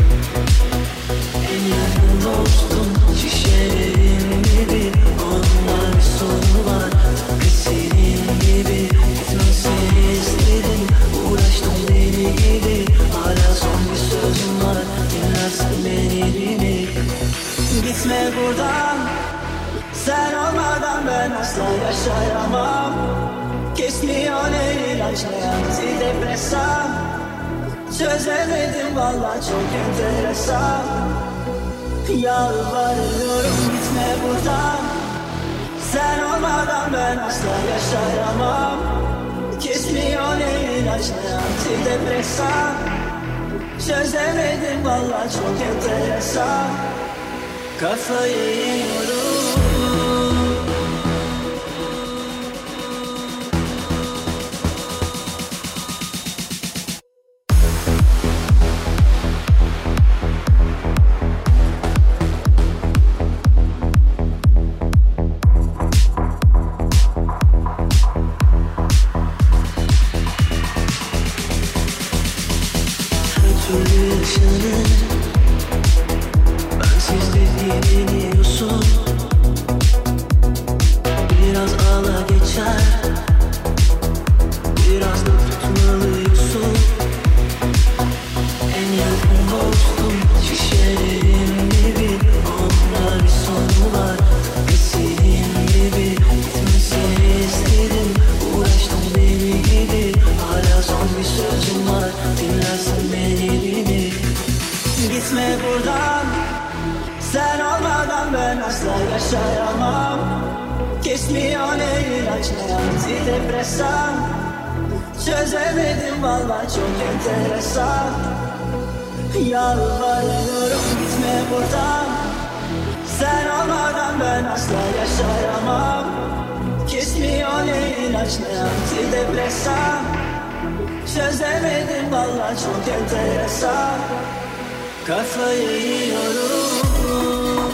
En yakın dostum şişelerim gibi. Onlar bir sonu var tıpkı senin gibi. Gitmesini istedim, uğraştım deli gibi. Hala son bir sözüm var, dinlersin beni dinle. Gitme buradan, sen olmadan ben asla yaşayamam. Kesmiyor ne ilaçla antidepresan. Çözemedim valla çok enteresan. Yalvarıyorum gitme buradan. Sen olmadan ben asla yaşayamam. Kesmiyor ne ilaçla antidepresan. Çözemedim valla çok enteresan. Kafayı yiyorum. Bensiz dediğin biliyorsun. Biraz ağla geçer, biraz da tutmalıyorsun. En yakın dostum şişelerim gibi. Onda bir sonu var ve senin gibi. Gitmesini istedim, uğraştım deli gibi. Hala son bir sözüm var, dinlersin beni beni. Gitme buradan, sen olmadan ben asla yaşayamam. Kesmiyor ne ilaçla antidepresan. Çözemedim valla çok enteresan. Yalvarıyorum gitme buradan. Sen olmadan ben asla yaşayamam. Kesmiyor ne ilaçla antidepresan. Çözemedim valla çok enteresan. Kafayı yiyorum.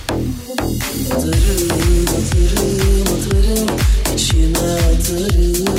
Atarım, içime atarım.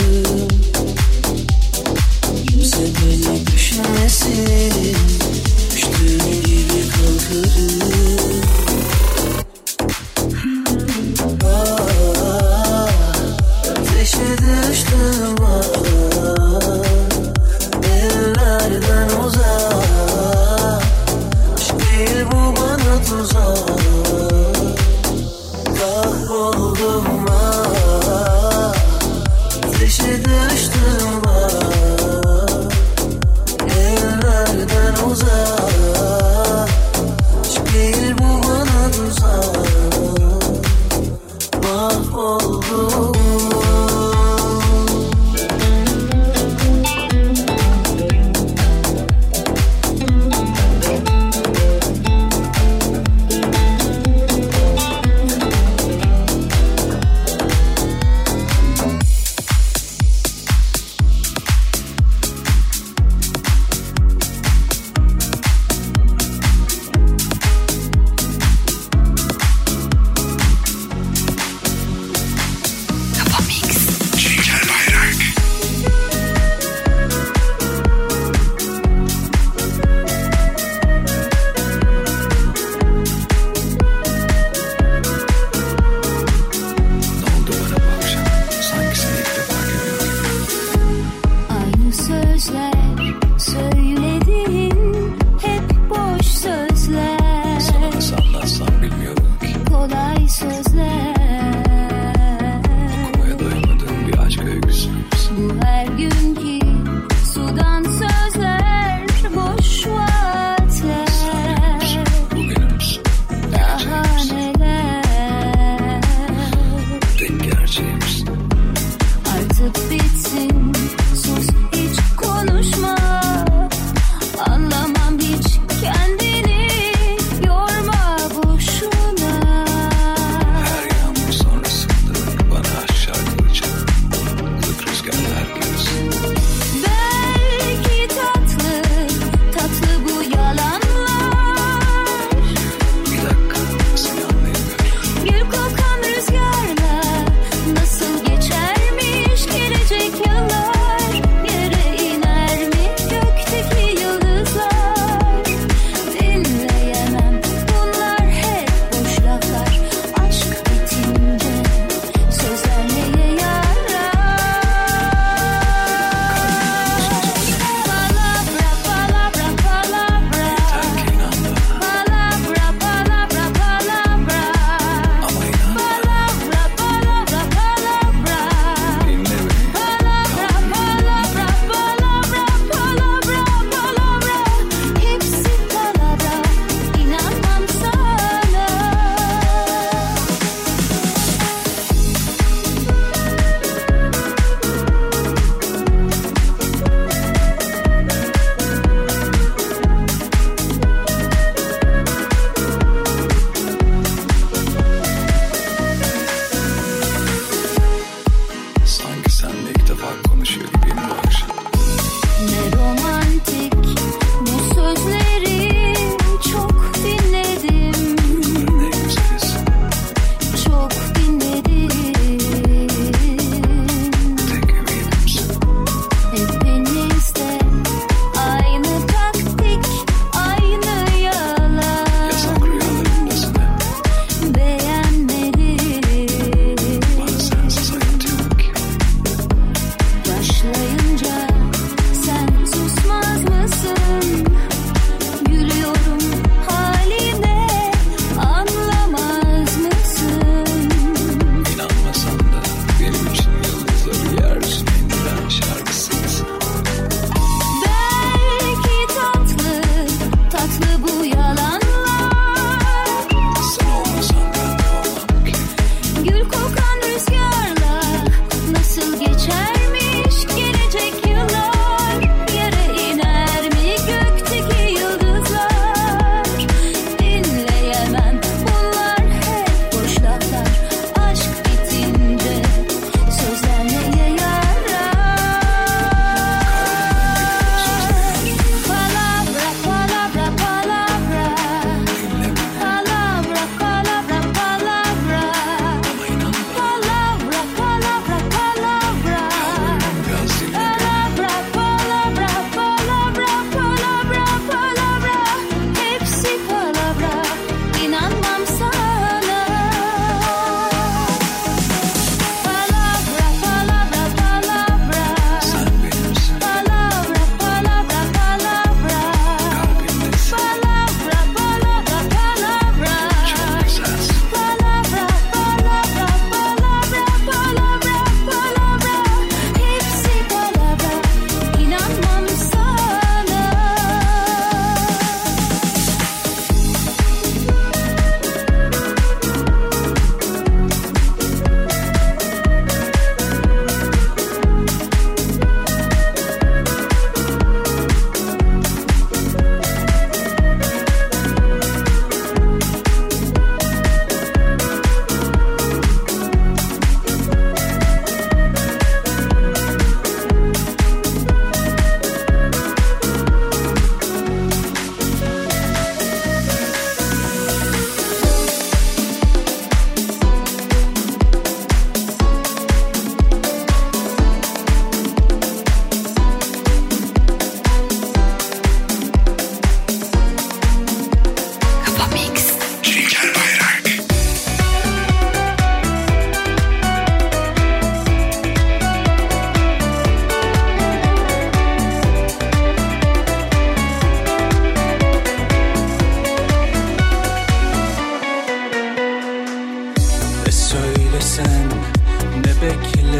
Kahroldum ah, ateşe düştüm ah, ellerden uzak, aşk değil bu bana tuzak, mahvoldum.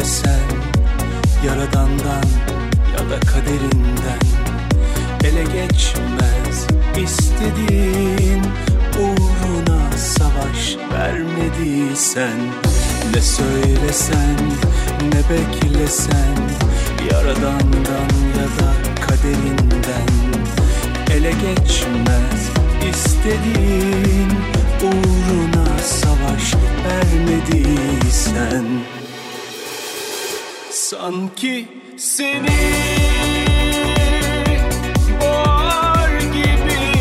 söylesen Yaradandan ya da kaderinden ele geçmez istediğin uğruna savaş vermediysen ne söylesen ne beklesen Yaradandan ya da kaderinden ele geçmez istediğin uğruna savaş vermediysen sanki seni boğar gibi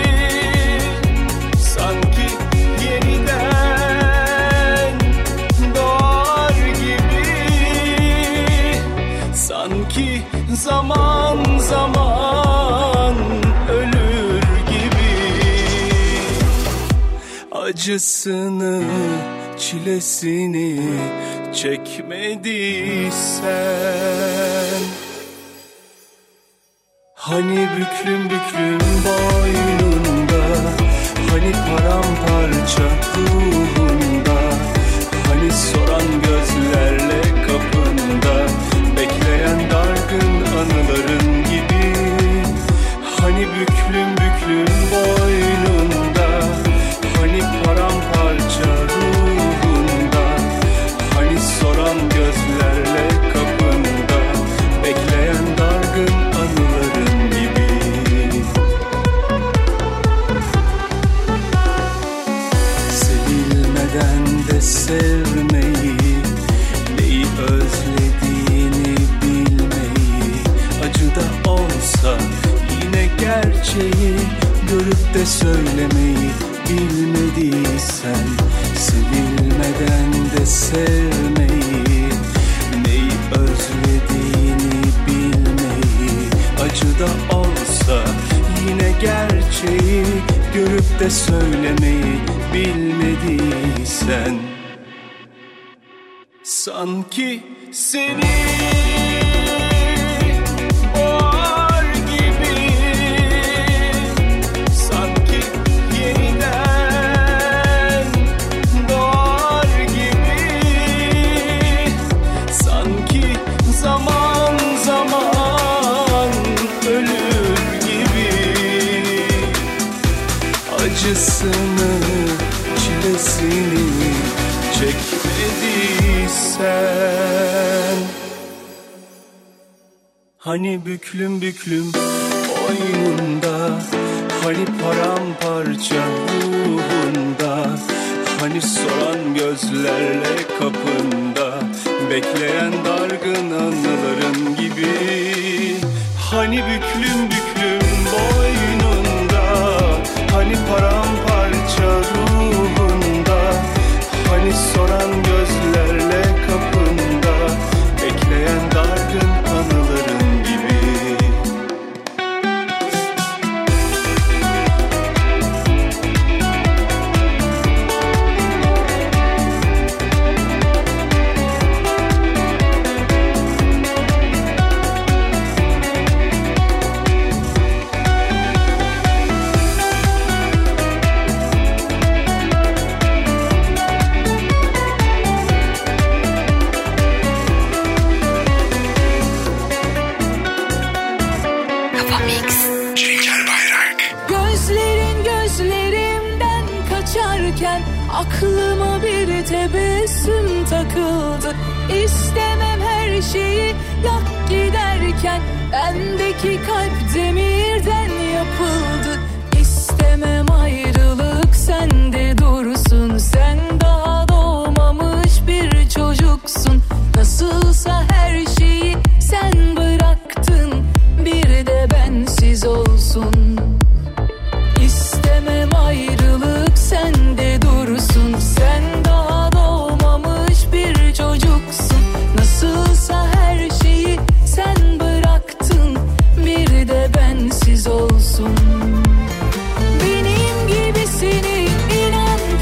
sanki yeniden doğar gibi sanki zaman zaman ölür gibi acısını çilesini çekmediysen hani büklüm büklüm boynunda hani paramparça ruhunda hani soran gözlerle kapında bekleyen dargın anıların gibi hani büklüm büklüm boynunda hani paramparça ruhunda hani soran gözlerle kapında bekleyen dargın anıların gibi sevilmeden de sevmeyi neyi özlediğini bilmeyi acı da olsa yine gerçeği görüp de söylemeyi bilmediysen sevilmeden de sevmeyi neyi özlediğini bilmeyi acı da olsa yine gerçeği görüp de söylemeyi bilmediysen sanki seni boğar gibi sanki yeniden doğar gibi sanki zaman zaman ölür gibi acısını çilesini çekmediysen hani büklüm büklüm boynunda hani paramparça ruhunda hani soran gözlerle kapında bekleyen dargın anıların gibi hani büklüm büklüm boynunda hani paramparça ruhunda hani soran gözlerle kapında bekleyen dargın anıların gibi aklıma bir tebessüm takıldı. İstemem her şeyi yak giderken bendeki kalp demirden yapıldı. İstemem ayrılık sende dursun. Sen daha doğmamış bir çocuksun. Nasılsa her şeyi sen bıraktın, bir de bensiz olsun. İstemem ayrılık sende dursun. Sen daha doğmamış bir çocuksun. Nasılsa her şeyi sen bıraktın, bir de bensiz olsun. Benim gibisini inan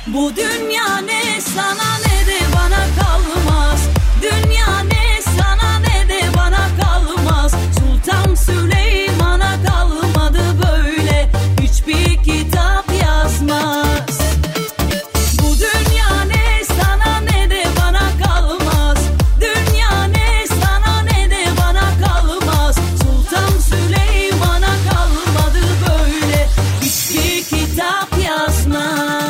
Bu dünya ne sana ne de bana kalmaz. Dünya ne sana ne de bana kalmaz. Sultan Süleyman'a kalmadı böyle, hiçbir kitap yazmaz. Bu dünya ne sana ne de bana kalmaz. Dünya ne sana ne de bana kalmaz. Sultan Süleyman'a kalmadı böyle, hiçbir kitap yazmaz.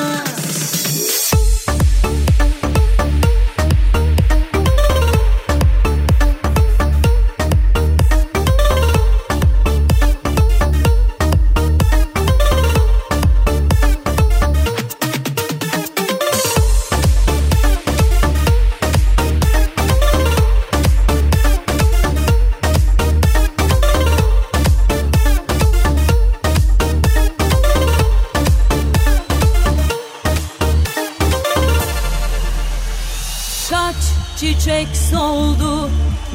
Kaç çiçek soldu,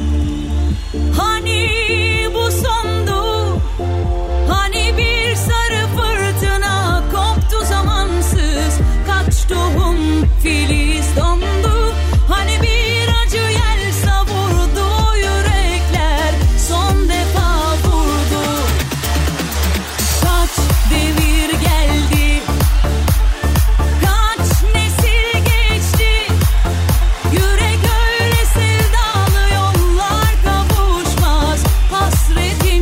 hani bu sondu. Hani bir sarı fırtına koptu zamansız. Kaç tohum filiz dondu. Hani bir acı yel savurdu, yürekler son defa vurdu. Kaç devir geldi, kaç nesil geçti. Yürek öyle sevdalı, yollar kavuşmaz. Hasretin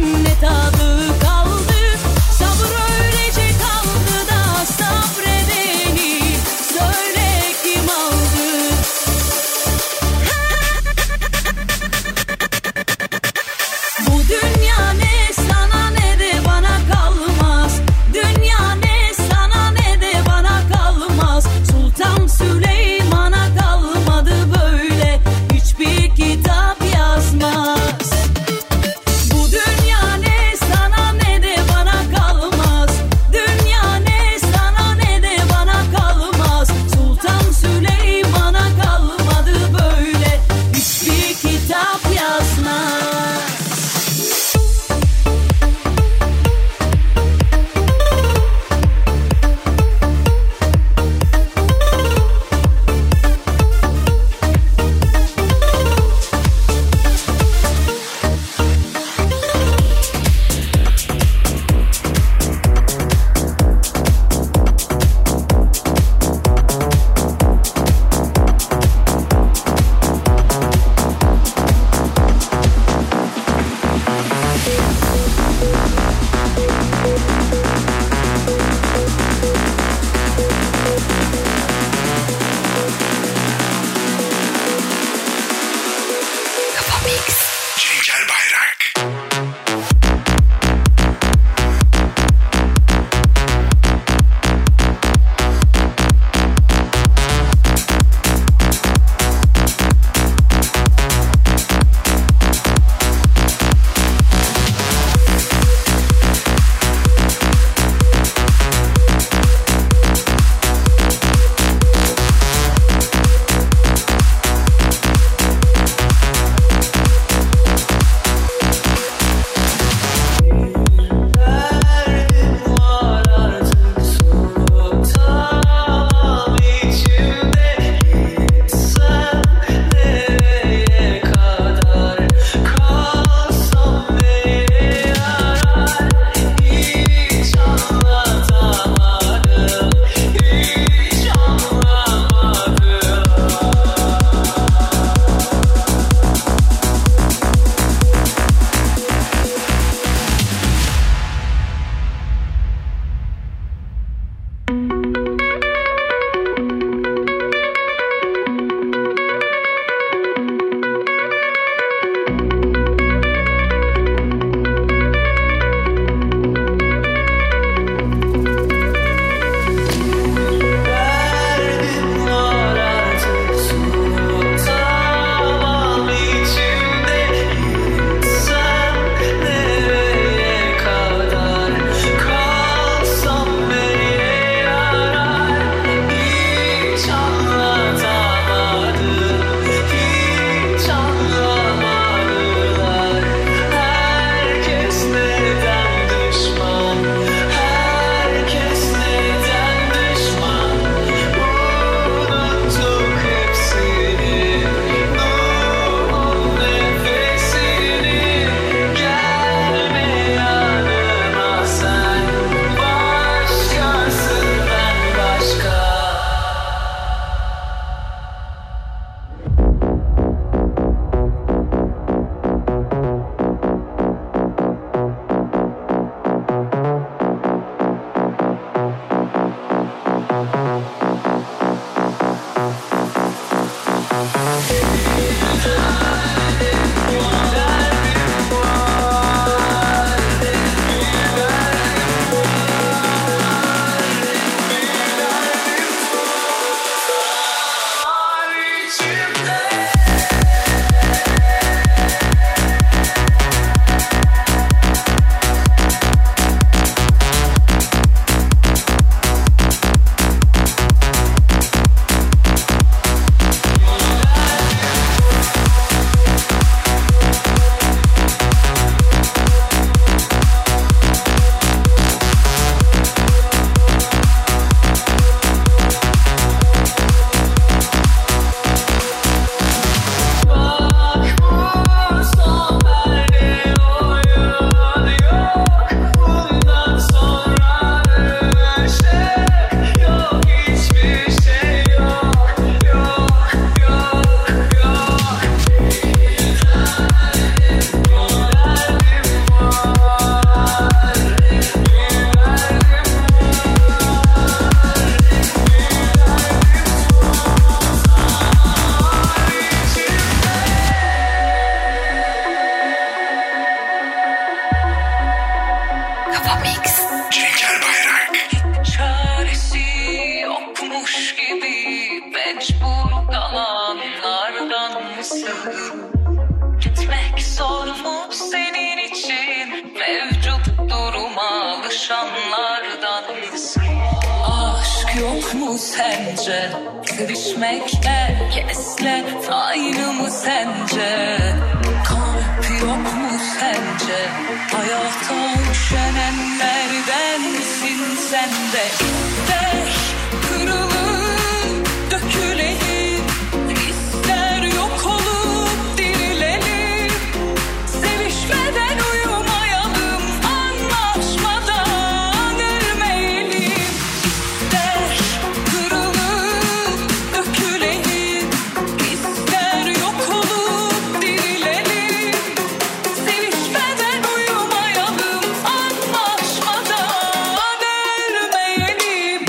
mu sence? Sevişmek herkesle aynı mı sence? Kalp yok mu sence? Hayata üşenenlerden misin sen de? İster kırılıp dökülelim, ister yok olup dirilelim. Sevişmeden uyumayalım, anlaşmadan ölmeyelim. İster kırılıp dökülelim, ister yok olup dirilelim. Sevişmeden uyumayalım, anlaşmadan ölmeyelim.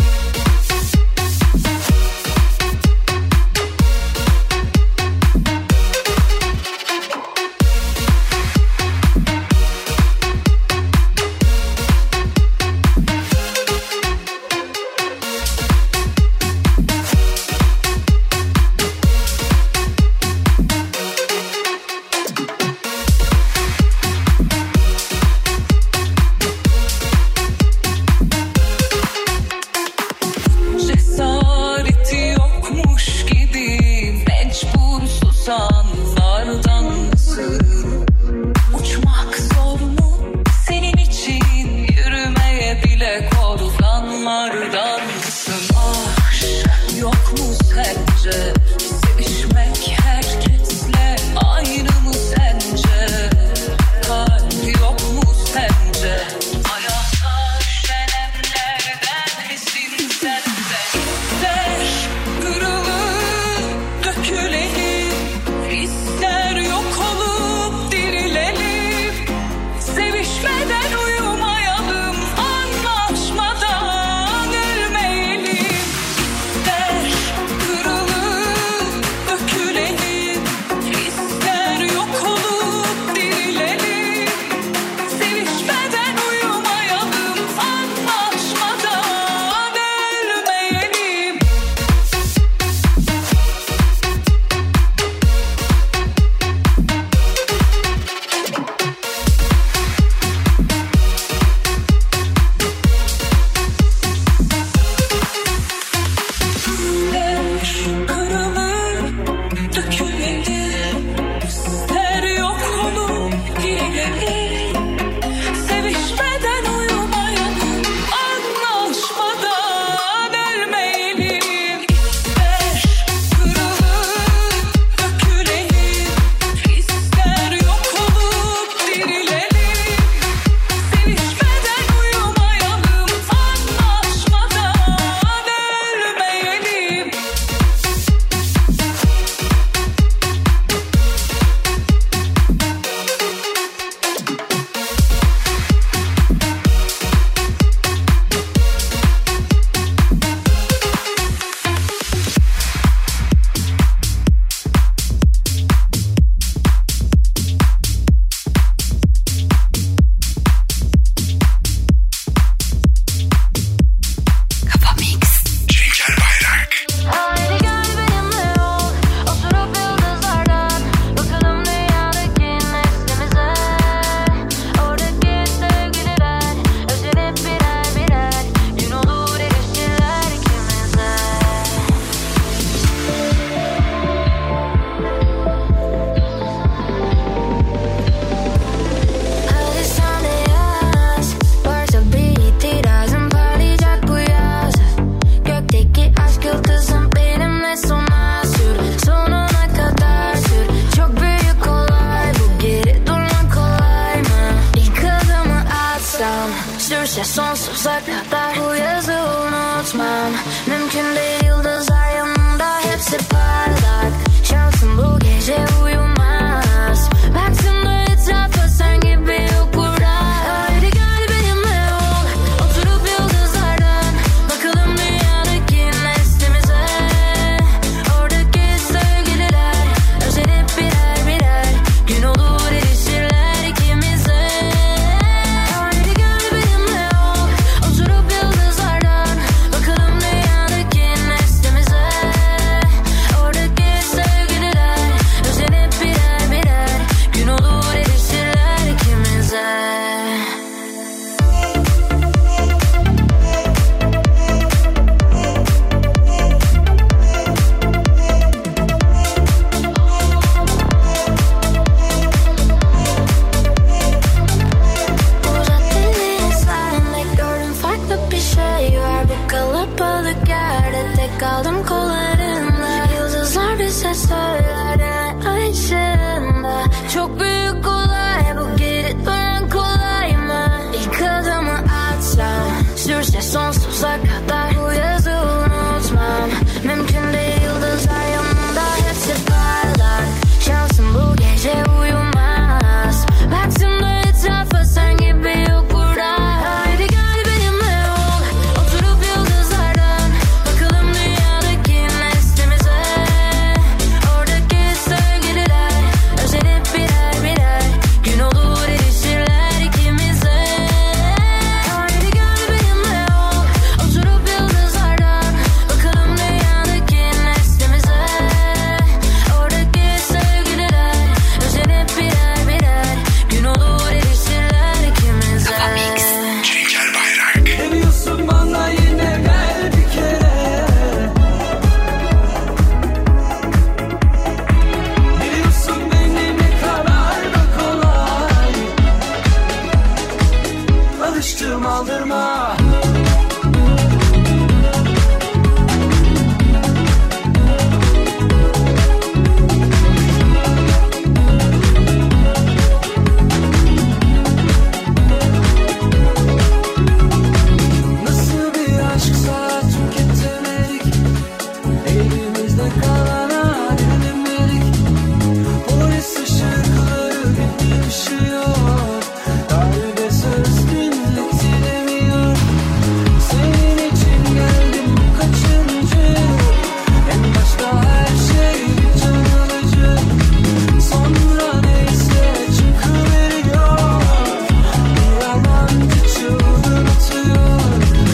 Cesareti yokmuş gibi mecbur susanlardan mısın? Uçmak zor mu senin için, yürümeye bile korkanlardan mısın? Aşk yok mu sence? Sevişmek herkesle aynı mı sence? Kalp yok mu sence? Hayata üşenenlerden misin sen de? İster kırılıp dökülelim, ister yok olup dirilelim. Sevişmeden uyumayalım, anlaşmadan ölmeyelim. İster kırılıp dökülelim, ister yok olup dirilelim. Sevişmeden uyumayalım, anlaşmadan ölmeyelim. İster kırılıp dökülelim, ister yok olup dirilelim. Sevişmeden uyumayalım, anlaşmadan ölmeyelim. İster kırılıp dökülelim, ister yok olup dirilelim. Sevişmeden uyumayalım, anlaşmadan ölmeyelim. Kafa Mix. Cenker Bayrak. Haydi gel benimle ol, oturup yıldızlardan bakalım dünyadaki neslimize. Oradaki sevgililer özenip birer birer gün olur erişirler ikimize. Hadi sen de yaz, varsa bir itirazın parlayacak bu yaz. Gökteki aşk yıldızım benimle sona sür, sonuna kadar sür. Çok büyük olay bu, geri durmak kolay mı? İlk adımı atsam sürse sonsuza kadar, bu yazı unutmam. Mümkün değil, yıldızlar yanında hepsi parlak. Şansım bu gece uyumaz. Baktım da etrafa, sen gibi yok burada. Haydi gel benimle ol, oturup yıldızlardan bakalım dünyadaki neslimize. Oradaki sevgililer özenip birer birer gün olur erişirler ikimize. Haydi gel benimle ol, oturup yıldızlardan bakalım dünyadaki kaldım kollarında. Yıldızlar bize söyler açında. Çok büyük olay bu, geri dön kolay mı? İlk adımı atsam sürse sonsuza kadar, bu yazı unutmam. Mümkün değil, yıldızlar yanımda hepsi parlak. Şansım bu gece uyumaz. Baktığımda etrafa sen gibi yok burada. Haydi gel benimle ol, oturup yıldızlardan bakalım dünyadaki neslimize. Oradaki sevgililer özenip birer birer gün olur erişirler ikimize. Haydi gel benimle ol, oturup yıldızlardan bakalım dünyadaki neslimize. Oradaki sevgililer özenip birer birer gün olur erişirler ikimize. Cenker Bayrak. Geliyorsun bana yine gel bir kere. Biliyorsun beni ne kadar da kolay. Alıştım aldırma. Nasıl bir aşksa tüketemedik, elimizde kalana dinlemedik. Polis ışıkları gün ışıyor, kalbe söz dinletilemiyor. Senin için geldim bu kaçıncı, en başta her şey bir can alıcı. Sonra neyse çıkıveriyor, bir yalancı çığlık atıyor.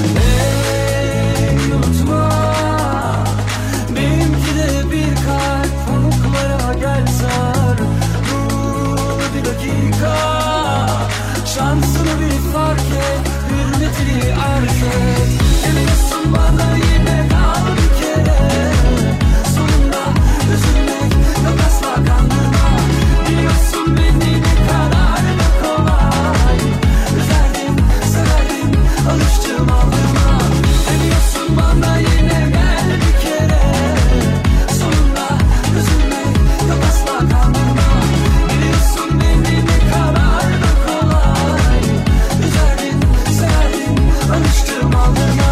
Ey unutma, benimki de bir kalp pamuklara gel sar. Dur bir dakika, şansını bir fark et, hürmetini arz et. Geliyorsun bana yine kal bir kere. Sonunda üzülmek yok asla kandırma. Biliyorsun beni ne kadar da kolay. Üzerdim, severdim, alıştım aldırma. Geliyorsun bana yine gel bir kere. Sonunda üzülmek yok asla kandırma. Biliyorsun beni ne kadar da kolay. Üzerdim, severdim, alıştım aldırma.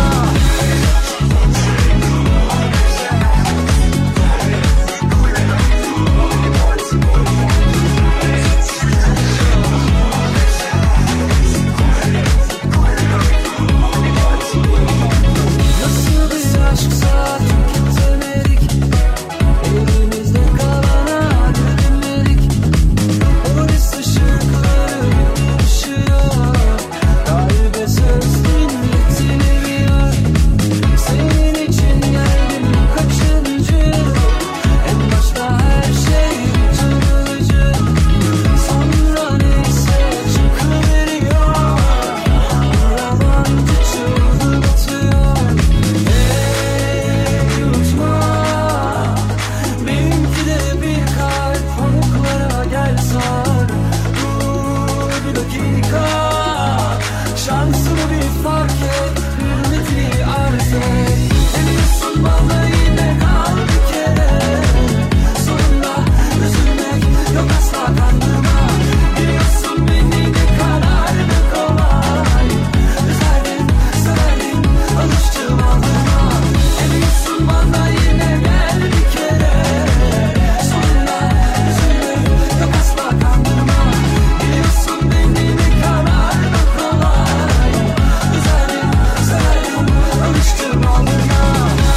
Nasıl bir aşksa tüketemedik, elimizde kalana dinlemedik. Polis ışıkları gün ışıyor, kalbe söz dinletilemiyor. Senin için geldim bu kaçıncı, en başta her şey can alıcı. Sonra neyse çıkıveriyor, bir yalancı çığlık atıyor. Ey unutma, benimki de bir kalp pamuklara gel sar. Dur bir dakika, şansını bir fark et, hürmetini arz et. Geliyorsun bana yine kal bir kere. Sonunda üzülmek yok asla kandırma. Biliyorsun beni ne kadar da kolay. Üzerdim, severdim, alıştım aldırma. Geliyorsun bana yine gel bir kere. Sonunda üzülmek yok asla kandırma. Biliyorsun beni ne kadar da kolay. Üzerdim, severdim, alıştım aldırma.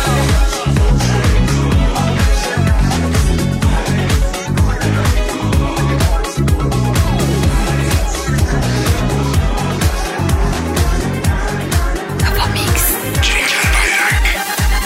Kafa Mix. Cenker Bayrak.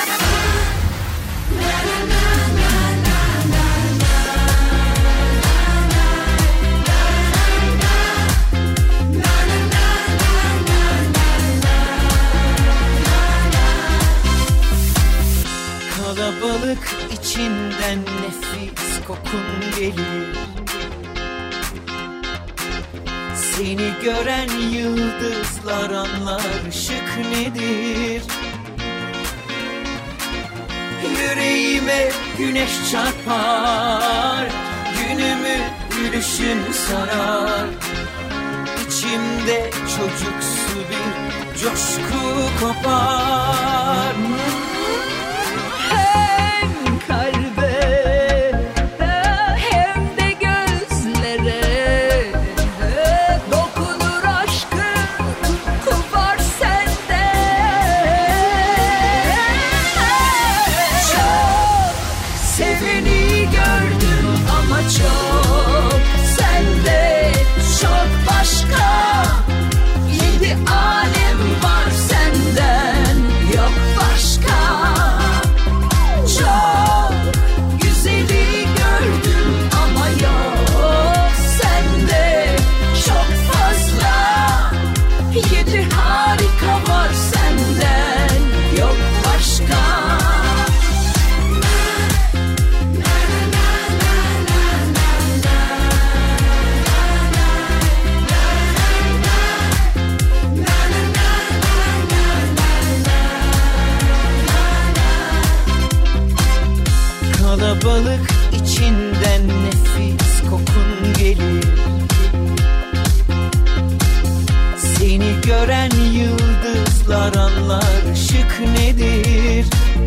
Kalabalık içinden nefis kokun gelir. Seni gören yıldızlar anlar ışık nedir. Yüreğime güneş çarpar, günümü gülüşün sarar. İçimde çocuksu bir coşku kopar. Hem kalbe hem de gözlere dokunur aşkın kopar sende. Çok seveni gördüm ama çok sende çok başka. Yedi alem var senden yok başka. Çok güzeli gördüm ama yok sende çok fazla. Yedi harika var senden yok başka. Kalabalık içinden nefis kokun gelir. Seni gören yıldızlar anlar ışık nedir.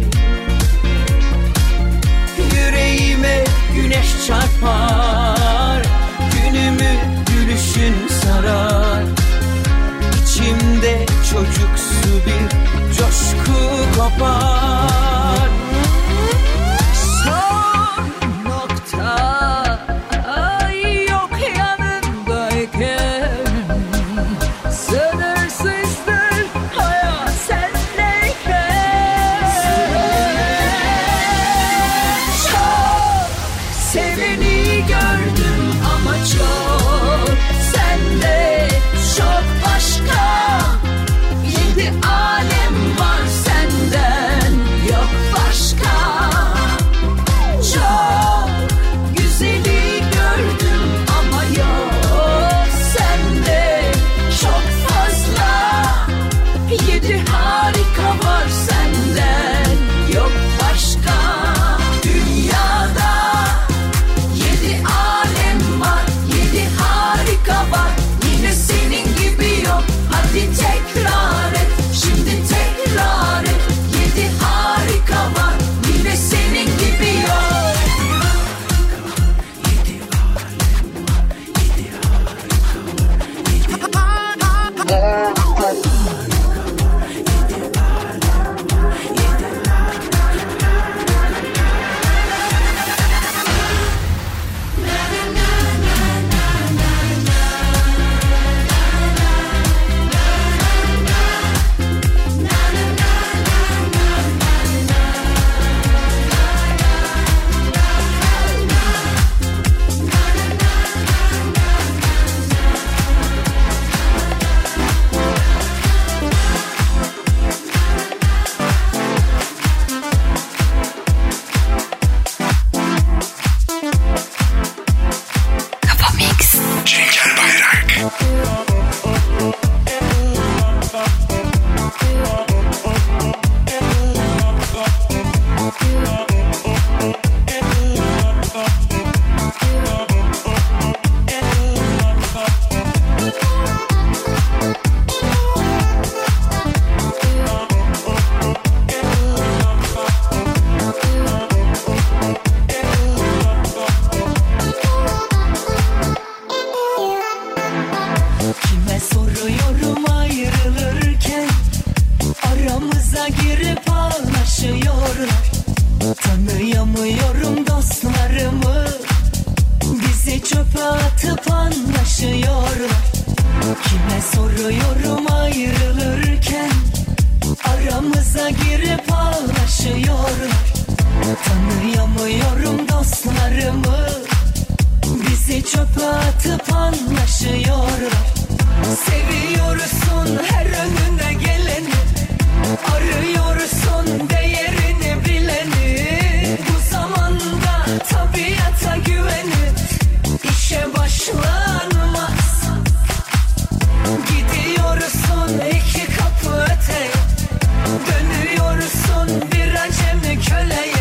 Yüreğime güneş çarpar, günümü gülüşün sarar. İçimde çocuksu bir coşku kopar. Son nokta yok yanındayken, sınırsızdır hayat sendeyken. Çok seveni gördüm ama çok sende çok başka. Yedi alem var senden yok başka. Çok güzeli gördüm ama yok sende çok fazla. Yedi harika var senden yok başka. Dünyada yedi alem var, yedi harika var. Yine senin gibi yok, hadi tekrar et, şimdi tekrar et. Yedi harika var, yine senin gibi yok. Cenker Bayrak. Kime soruyorum ayrılırken, aramıza girip anlaşıyorlar. Tanıyamıyorum dostlarımı, bizi çöpe atıp anlaşıyorlar. Kime soruyorum ayrılırken, aramıza girip anlaşıyorlar. Tanıyamıyorum dostlarımı, bizi çöpe atıp anlaşıyorlar. Seviyorsun her önüne geleni, arıyorsun değerini bileni. Bu zamanda tabiata güvenip işe başlanmaz. Gidiyorsun iki kapı öteye, dönüyorsun bir acemi köleye.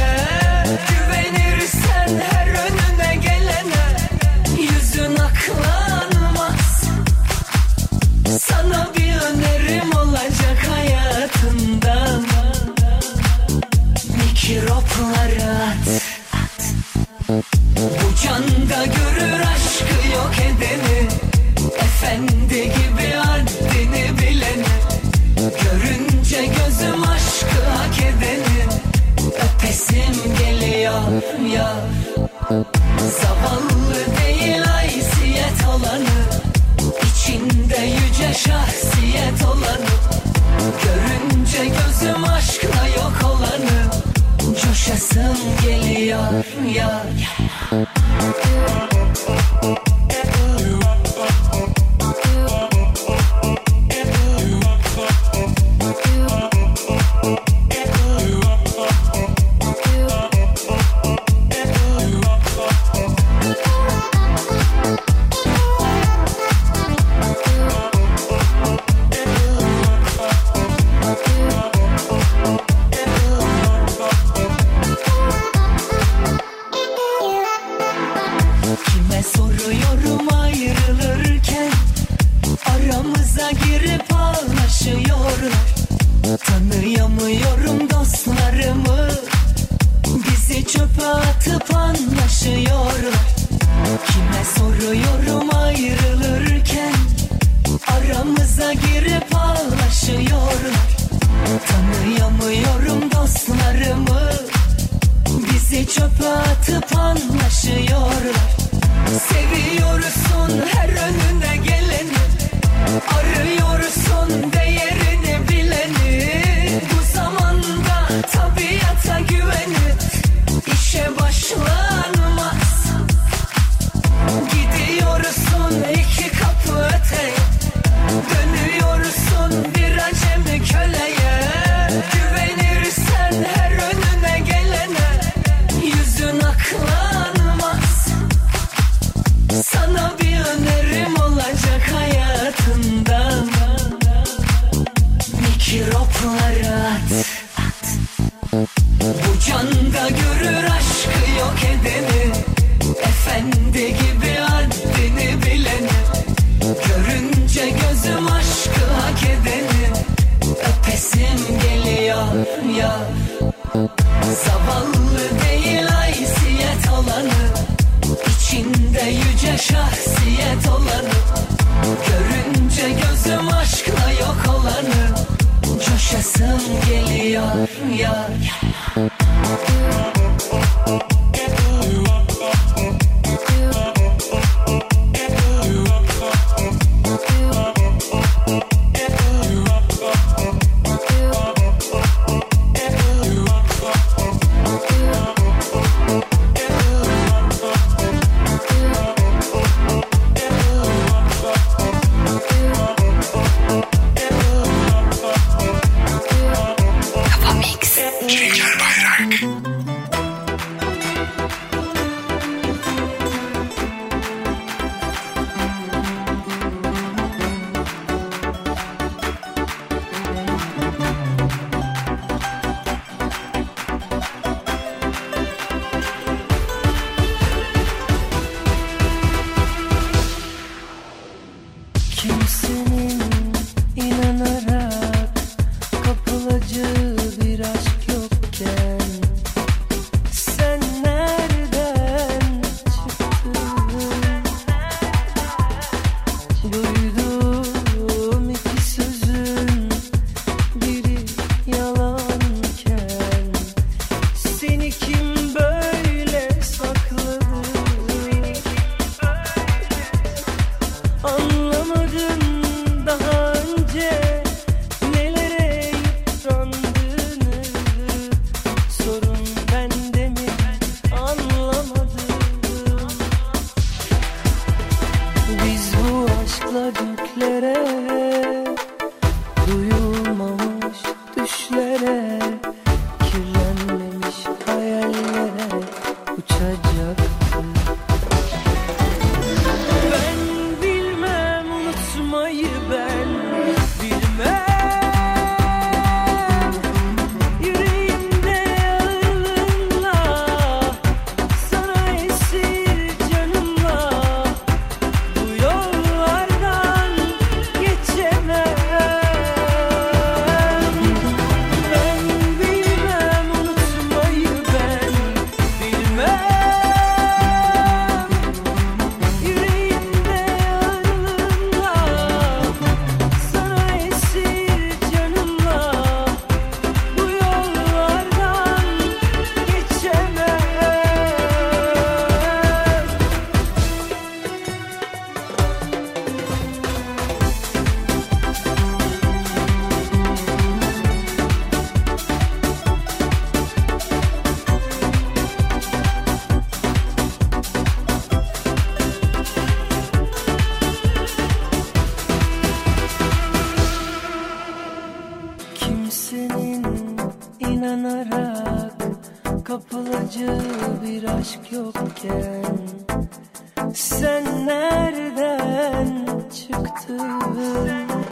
Mikropları at. Bu canda görür aşkı yok edeni, efendi gibi haddini bileni. Görünce gözüm aşkı hak edeni, öpesim geliyor ya. Zavallı değil haysiyet olanı, içinde yüce şahsiyet olanı. Görünce gözüm aşkla yok olanı, coşasım geliyor ya. Kime soruyorum ayrılırken, aramıza girip ağlaşıyorlar. Tanıyamıyorum dostlarımı, bizi çöpe atıp anlaşıyorlar. Kime soruyorum ayrılırken, aramıza girip ağlaşıyorlar. Tanıyamıyorum dostlarımı, bizi çöpe atıp anlaşıyorlar. Seviyorsun her önüne geleni, arıyorsun değerini bileni. Bu zamanda tabiata güvenip işe başlanmaz. Gidiyorsun iki kapı öteye, dönüyorsun bir acemi köleye. Güvenirsen her önüne gelene, yüzün aklanmaz. Sana bir önerim olacak hayatında, mikropları at. Bu canda görür aşkı yok edeni, efendi gibi haddini bileni. Görünce gözüm aşkı hak edeni, öpesim geliyor ya. Zavallı değil haysiyet olanı, İçinde yüce şahsiyet olanı. Görünce gözüm aşkla yok olanı, coşasım geliyor ya. Kafa Mix. kapılacı bir aşk yokken sen nereden çıktın?